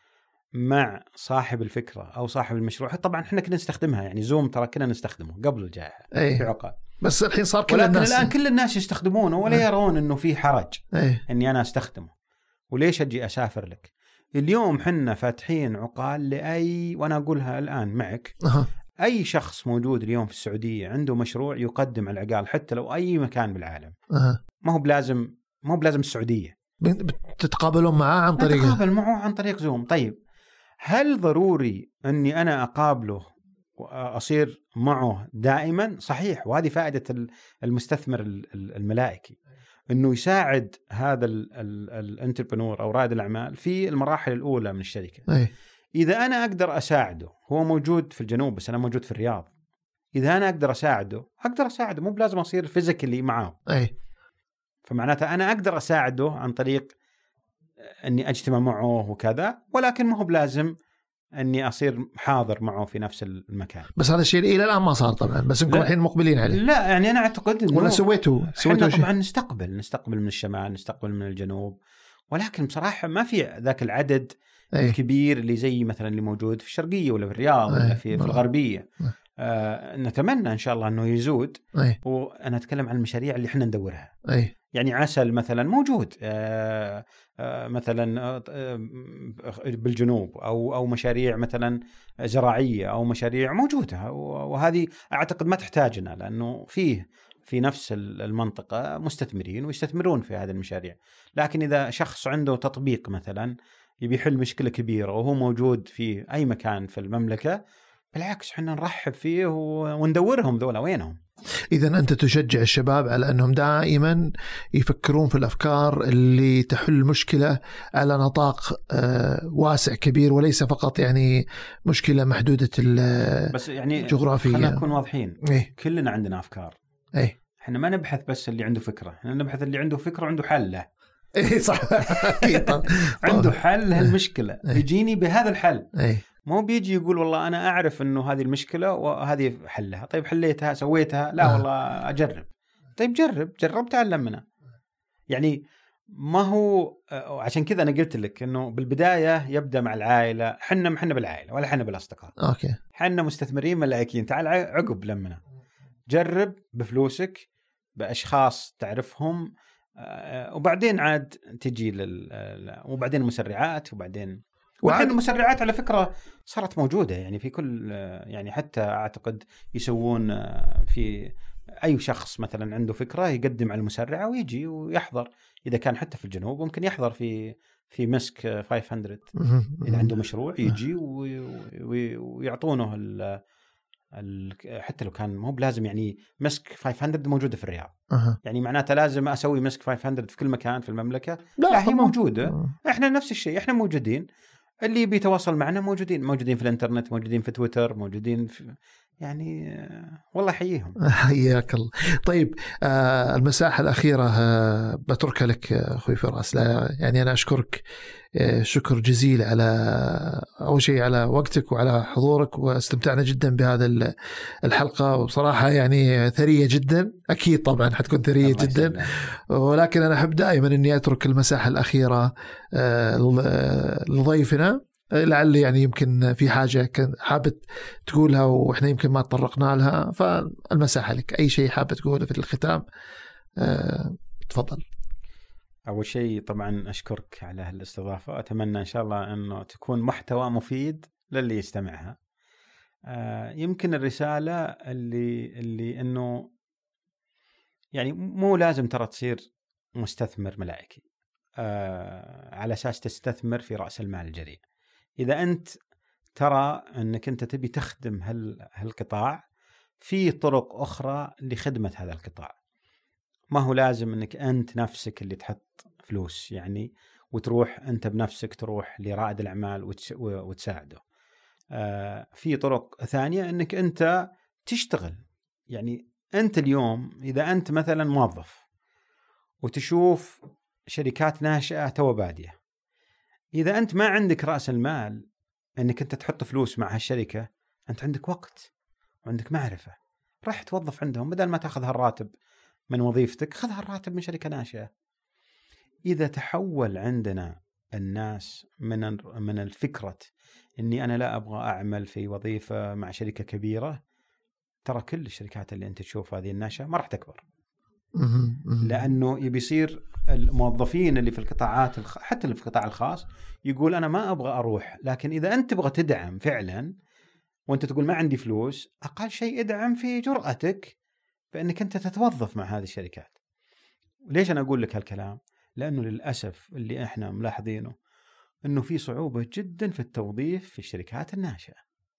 مع صاحب الفكرة أو صاحب المشروع. طبعا إحنا كنا نستخدمها يعني زوم، ترى كنا نستخدمه قبل الجائحة في عقال، بس الحين صار كل ولكن الناس، الآن كل الناس يستخدمونه ولا يرون أنه في حرج أني أنا أستخدمه. وليش أجي أسافر لك؟ اليوم حنا فاتحين عقال لأي، وأنا أقولها الآن معك، أي شخص موجود اليوم في السعودية عنده مشروع يقدم على العقال حتى لو أي مكان بالعالم. ما هو بلازم السعودية، تتقابلون معه عن طريق، نتقابل معه عن طريق زوم. طيب هل ضروري أني أنا أقابله وأصير معه دائما؟ صحيح، وهذه فائدة المستثمر الملائكي، أنه يساعد هذا الانتربرنور أو رائد الأعمال في المراحل الأولى من الشركة. إذا أنا أقدر أساعده، هو موجود في الجنوب بس أنا موجود في الرياض، إذا أنا أقدر أساعده مو بلازم أصير فيزيكالي معه. فمعناتها أنا أقدر أساعده عن طريق أني أجتمع معه وكذا، ولكن ما هو بلازم أني أصير حاضر معه في نفس المكان. بس هذا الشيء إلى الآن ما صار طبعا، بس انكم الحين مقبلين عليه. لا يعني أنا أعتقد إنه ولا سويتوا طبعا نستقبل من الشمال، نستقبل من الجنوب، ولكن بصراحة ما في ذاك العدد الكبير اللي زي مثلا اللي موجود في الشرقية ولا في الرياض ولا في الغربية. نتمنى إن شاء الله أنه يزود. وأنا أتكلم عن المشاريع اللي إحنا ندورها. يعني عسل مثلا موجود مثلا بالجنوب، أو مشاريع مثلا زراعية أو مشاريع موجودة، وهذه أعتقد ما تحتاجنا لأنه في نفس المنطقة مستثمرين ويستثمرون في هذه المشاريع. لكن إذا شخص عنده تطبيق مثلا يبي يحل مشكلة كبيرة وهو موجود في أي مكان في المملكة، بالعكس حنا نرحب فيه وندورهم ذولا وينهم. إذا أنت تشجع الشباب على أنهم دائما يفكرون في الأفكار اللي تحل مشكلة على نطاق واسع كبير، وليس فقط يعني مشكلة محدودة بس يعني جغرافية. خلينا نكون واضحين، كلنا عندنا أفكار. احنا ما نبحث بس اللي عنده فكرة، احنا نبحث اللي عنده فكرة وعنده حل له. صح. عنده حل هالمشكلة، يجيني بهذا الحل. مو بيجي يقول والله أنا أعرف إنه هذه المشكلة وهذه حلها. طيب حليتها سويتها؟ لا والله أجرب. طيب جرب تعلم منها. يعني ما هو عشان كذا أنا قلت لك إنه بالبداية يبدأ مع العائلة. حنا بالعائلة ولا حنا بالأصدقاء. حنا مستثمرين ملائكيين. تعال عقب لمنا، جرب بفلوسك بأشخاص تعرفهم، وبعدين عاد تجي وبعدين مسرعات، وبعدين والحين المسرعات على فكرة صارت موجودة يعني في كل، يعني حتى أعتقد يسوون في أي شخص مثلا عنده فكرة يقدم على المسرعة ويجي ويحضر، إذا كان حتى في الجنوب ممكن يحضر في مسك 500 إذا عنده مشروع يجي ويعطونه حتى لو كان مو بلازم يعني مسك 500 موجودة في الرياض. يعني معناته لازم أسوي مسك 500 في كل مكان في المملكة؟ لا هي موجودة. إحنا نفس الشيء، إحنا موجودين، اللي بيتواصل معنا موجودين في الانترنت، موجودين في تويتر، موجودين في يعني والله حييهم. حياك الله. طيب المساحة الأخيرة بتركها لك أخوي فراس. يعني أنا أشكرك شكر جزيل على أول شيء على وقتك وعلى حضورك، واستمتعنا جدا بهذا الحلقة، وبصراحة يعني ثرية جدا. أكيد طبعا حتكون ثرية جدا، ولكن أنا أحب دائما أني أترك المساحة الأخيرة لضيفنا، لعل يعني يمكن في حاجة حابة تقولها وإحنا يمكن ما تطرقنا لها، فالمساحة لك. أي شيء حابة تقوله في الختام تفضل. أول شيء طبعا أشكرك على الاستضافة، أتمنى إن شاء الله أنه تكون محتوى مفيد للي يستمعها. يمكن الرسالة اللي أنه يعني مو لازم ترى تصير مستثمر ملائكي على أساس تستثمر في رأس المال الجريء. إذا أنت ترى أنك أنت تبي تخدم هالقطاع، في طرق أخرى لخدمة هذا القطاع. ما هو لازم أنك أنت نفسك اللي تحط فلوس يعني وتروح أنت بنفسك تروح لرائد الأعمال وتساعده. في طرق ثانية أنك أنت تشتغل. يعني أنت اليوم إذا أنت مثلا موظف وتشوف شركات ناشئة تو بادية، إذا أنت ما عندك رأس المال أنك أنت تحط فلوس مع هالشركة، أنت عندك وقت وعندك معرفة، راح توظف عندهم بدل ما تأخذ هالراتب من وظيفتك، خذ هالراتب من شركة ناشئة. إذا تحول عندنا الناس من الفكرة أني أنا لا أبغى أعمل في وظيفة مع شركة كبيرة، ترى كل الشركات اللي أنت تشوف هذه الناشئة ما راح تكبر، لأنه يبي يصير الموظفين اللي في القطاعات حتى اللي في القطاع الخاص يقول أنا ما أبغى أروح. لكن إذا أنت تبغى تدعم فعلا وأنت تقول ما عندي فلوس، أقل شيء ادعم في جرأتك بأنك أنت تتوظف مع هذه الشركات. ليش أنا أقول لك هالكلام؟ لأنه للأسف اللي إحنا ملاحظينه أنه في صعوبة جدا في التوظيف في الشركات الناشئة.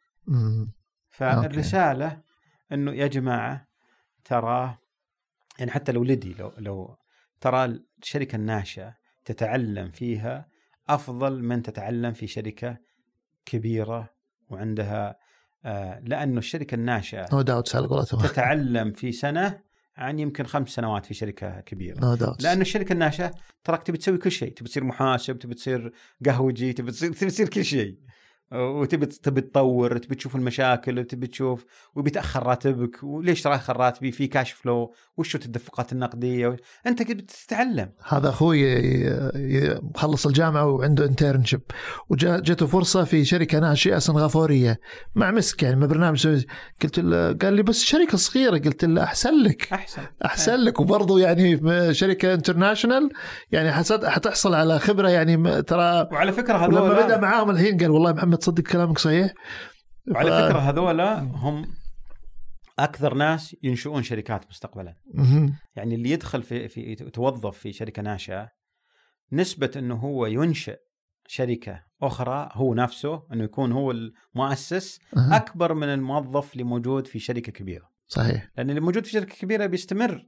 فالرسالة أنه يا جماعة ترى يعني حتى لو لو ترى الشركة الناشئة تتعلم فيها أفضل من تتعلم في شركة كبيرة وعندها لأنه الشركة الناشئة تتعلم في سنة عن يمكن 5 سنوات في شركة كبيرة. لأنه الشركة الناشئة تراك تبي تسوي كل شيء، تبي تصير محاسب، تبي تصير قهوجي، تبي تصير كل شيء، وتبي تطور، تبي تشوف المشاكل، وتبي تشوف وبيتأخر راتبك، وليش تأخر راتبي، في كاش فلو، وشو التدفقات النقدية، أنت بتتعلم. هذا أخوي مخلص الجامعة وعنده انترنشيب، وجاته فرصة في شركة ناشئة سنغافورية مع مسك يعني برنامج. قلت له، قال لي بس شركة صغيرة. قلت له أحسن لك، وبرضو يعني شركة انترناشنال يعني حتحصل على خبرة يعني ترى. وعلى فكرة لما بدأ معاهم الحين قال والله محمد صدق كلامك صحيح. وعلى فكرة هذولا هم أكثر ناس ينشؤون شركات مستقبلا. يعني اللي يدخل في توظف في شركة ناشئة، نسبة أنه هو ينشئ شركة أخرى هو نفسه أنه يكون هو المؤسس أكبر من الموظف اللي موجود في شركة كبيرة. صحيح. لأن اللي موجود في شركة كبيرة بيستمر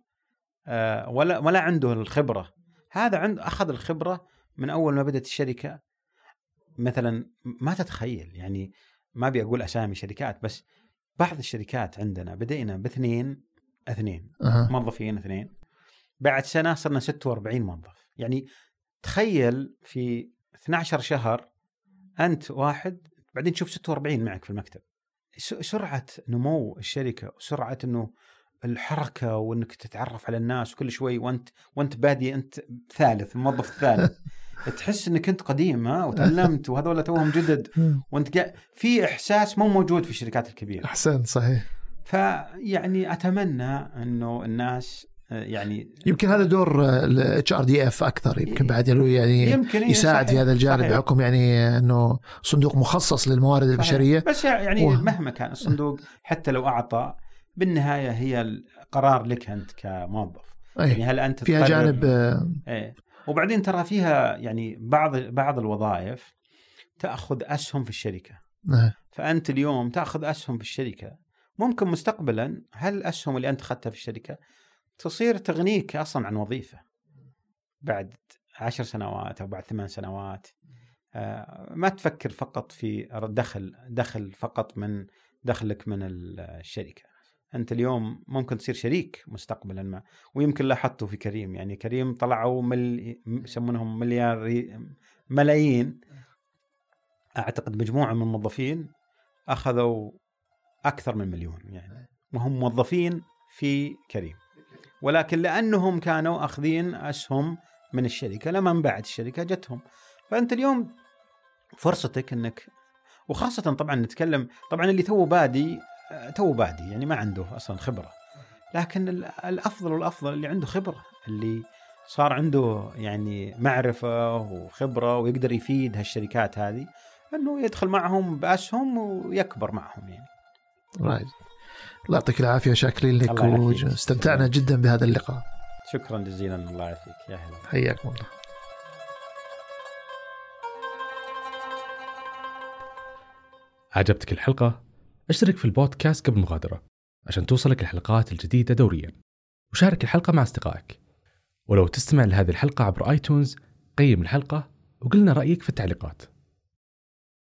ولا عنده الخبرة. هذا أخذ الخبرة من أول ما بدأت الشركة. مثلا ما تتخيل يعني، ما بيقول أسامي شركات، بس بعض الشركات عندنا بدأنا باثنين موظفين 2، بعد سنة صرنا 46 موظف. يعني تخيل في 12 شهر أنت واحد، بعدين تشوف 46 معك في المكتب. سرعة نمو الشركة وسرعة أنه الحركة وأنك تتعرف على الناس وكل شوي وأنت بادي، أنت ثالث، الموظف الثالث، تحس أنك أنت قديم وتعلمت وهذول توهم جدد، وأنت في إحساس مو موجود في الشركات الكبيرة. أحسن، صحيح. فيعني أتمنى أنه الناس يعني يمكن هذا دور HRDF أكثر، يمكن بعد يعني يمكن يساعد في هذا الجانب صحيح. بحكم يعني أنه صندوق مخصص للموارد البشرية. بس يعني مهما كان الصندوق حتى لو أعطى بالنهاية هي القرار لك أنت كموظف. يعني هل أنت فيها جانب وبعدين ترى فيها يعني بعض الوظائف تأخذ أسهم في الشركة. فأنت اليوم تأخذ أسهم في الشركة، ممكن مستقبلا هل الأسهم اللي أنت أخذتها في الشركة تصير تغنيك أصلا عن وظيفة بعد 10 سنوات أو بعد 8 سنوات. ما تفكر فقط في دخل فقط من دخلك من الشركة. أنت اليوم ممكن تصير شريك مستقبلا ما. ويمكن لاحظته في كريم، يعني كريم طلعوا يسمونهم ملايين، أعتقد مجموعة من الموظفين أخذوا أكثر من مليون يعني، وهم موظفين في كريم، ولكن لأنهم كانوا أخذين أسهم من الشركة لما من بعد الشركة جتهم. فأنت اليوم فرصتك أنك، وخاصة طبعا نتكلم طبعا اللي تو بادي يعني ما عنده أصلا خبرة، لكن الأفضل اللي عنده خبرة، اللي صار عنده يعني معرفة وخبرة ويقدر يفيد هالشركات هذه، أنه يدخل معهم بأسهم ويكبر معهم يعني. الله يعطيك العافية، شاكرين لك واستمتعنا جدا بهذا اللقاء. شكرا جزيلا. الله يعافيك. يا هلا. حياكم الله. عجبتك الحلقة؟ اشترك في البودكاست قبل المغادرة عشان توصلك الحلقات الجديدة دوريا، وشارك الحلقة مع أصدقائك. ولو تستمع لهذه الحلقة عبر آيتونز قيم الحلقة وقلنا رأيك في التعليقات.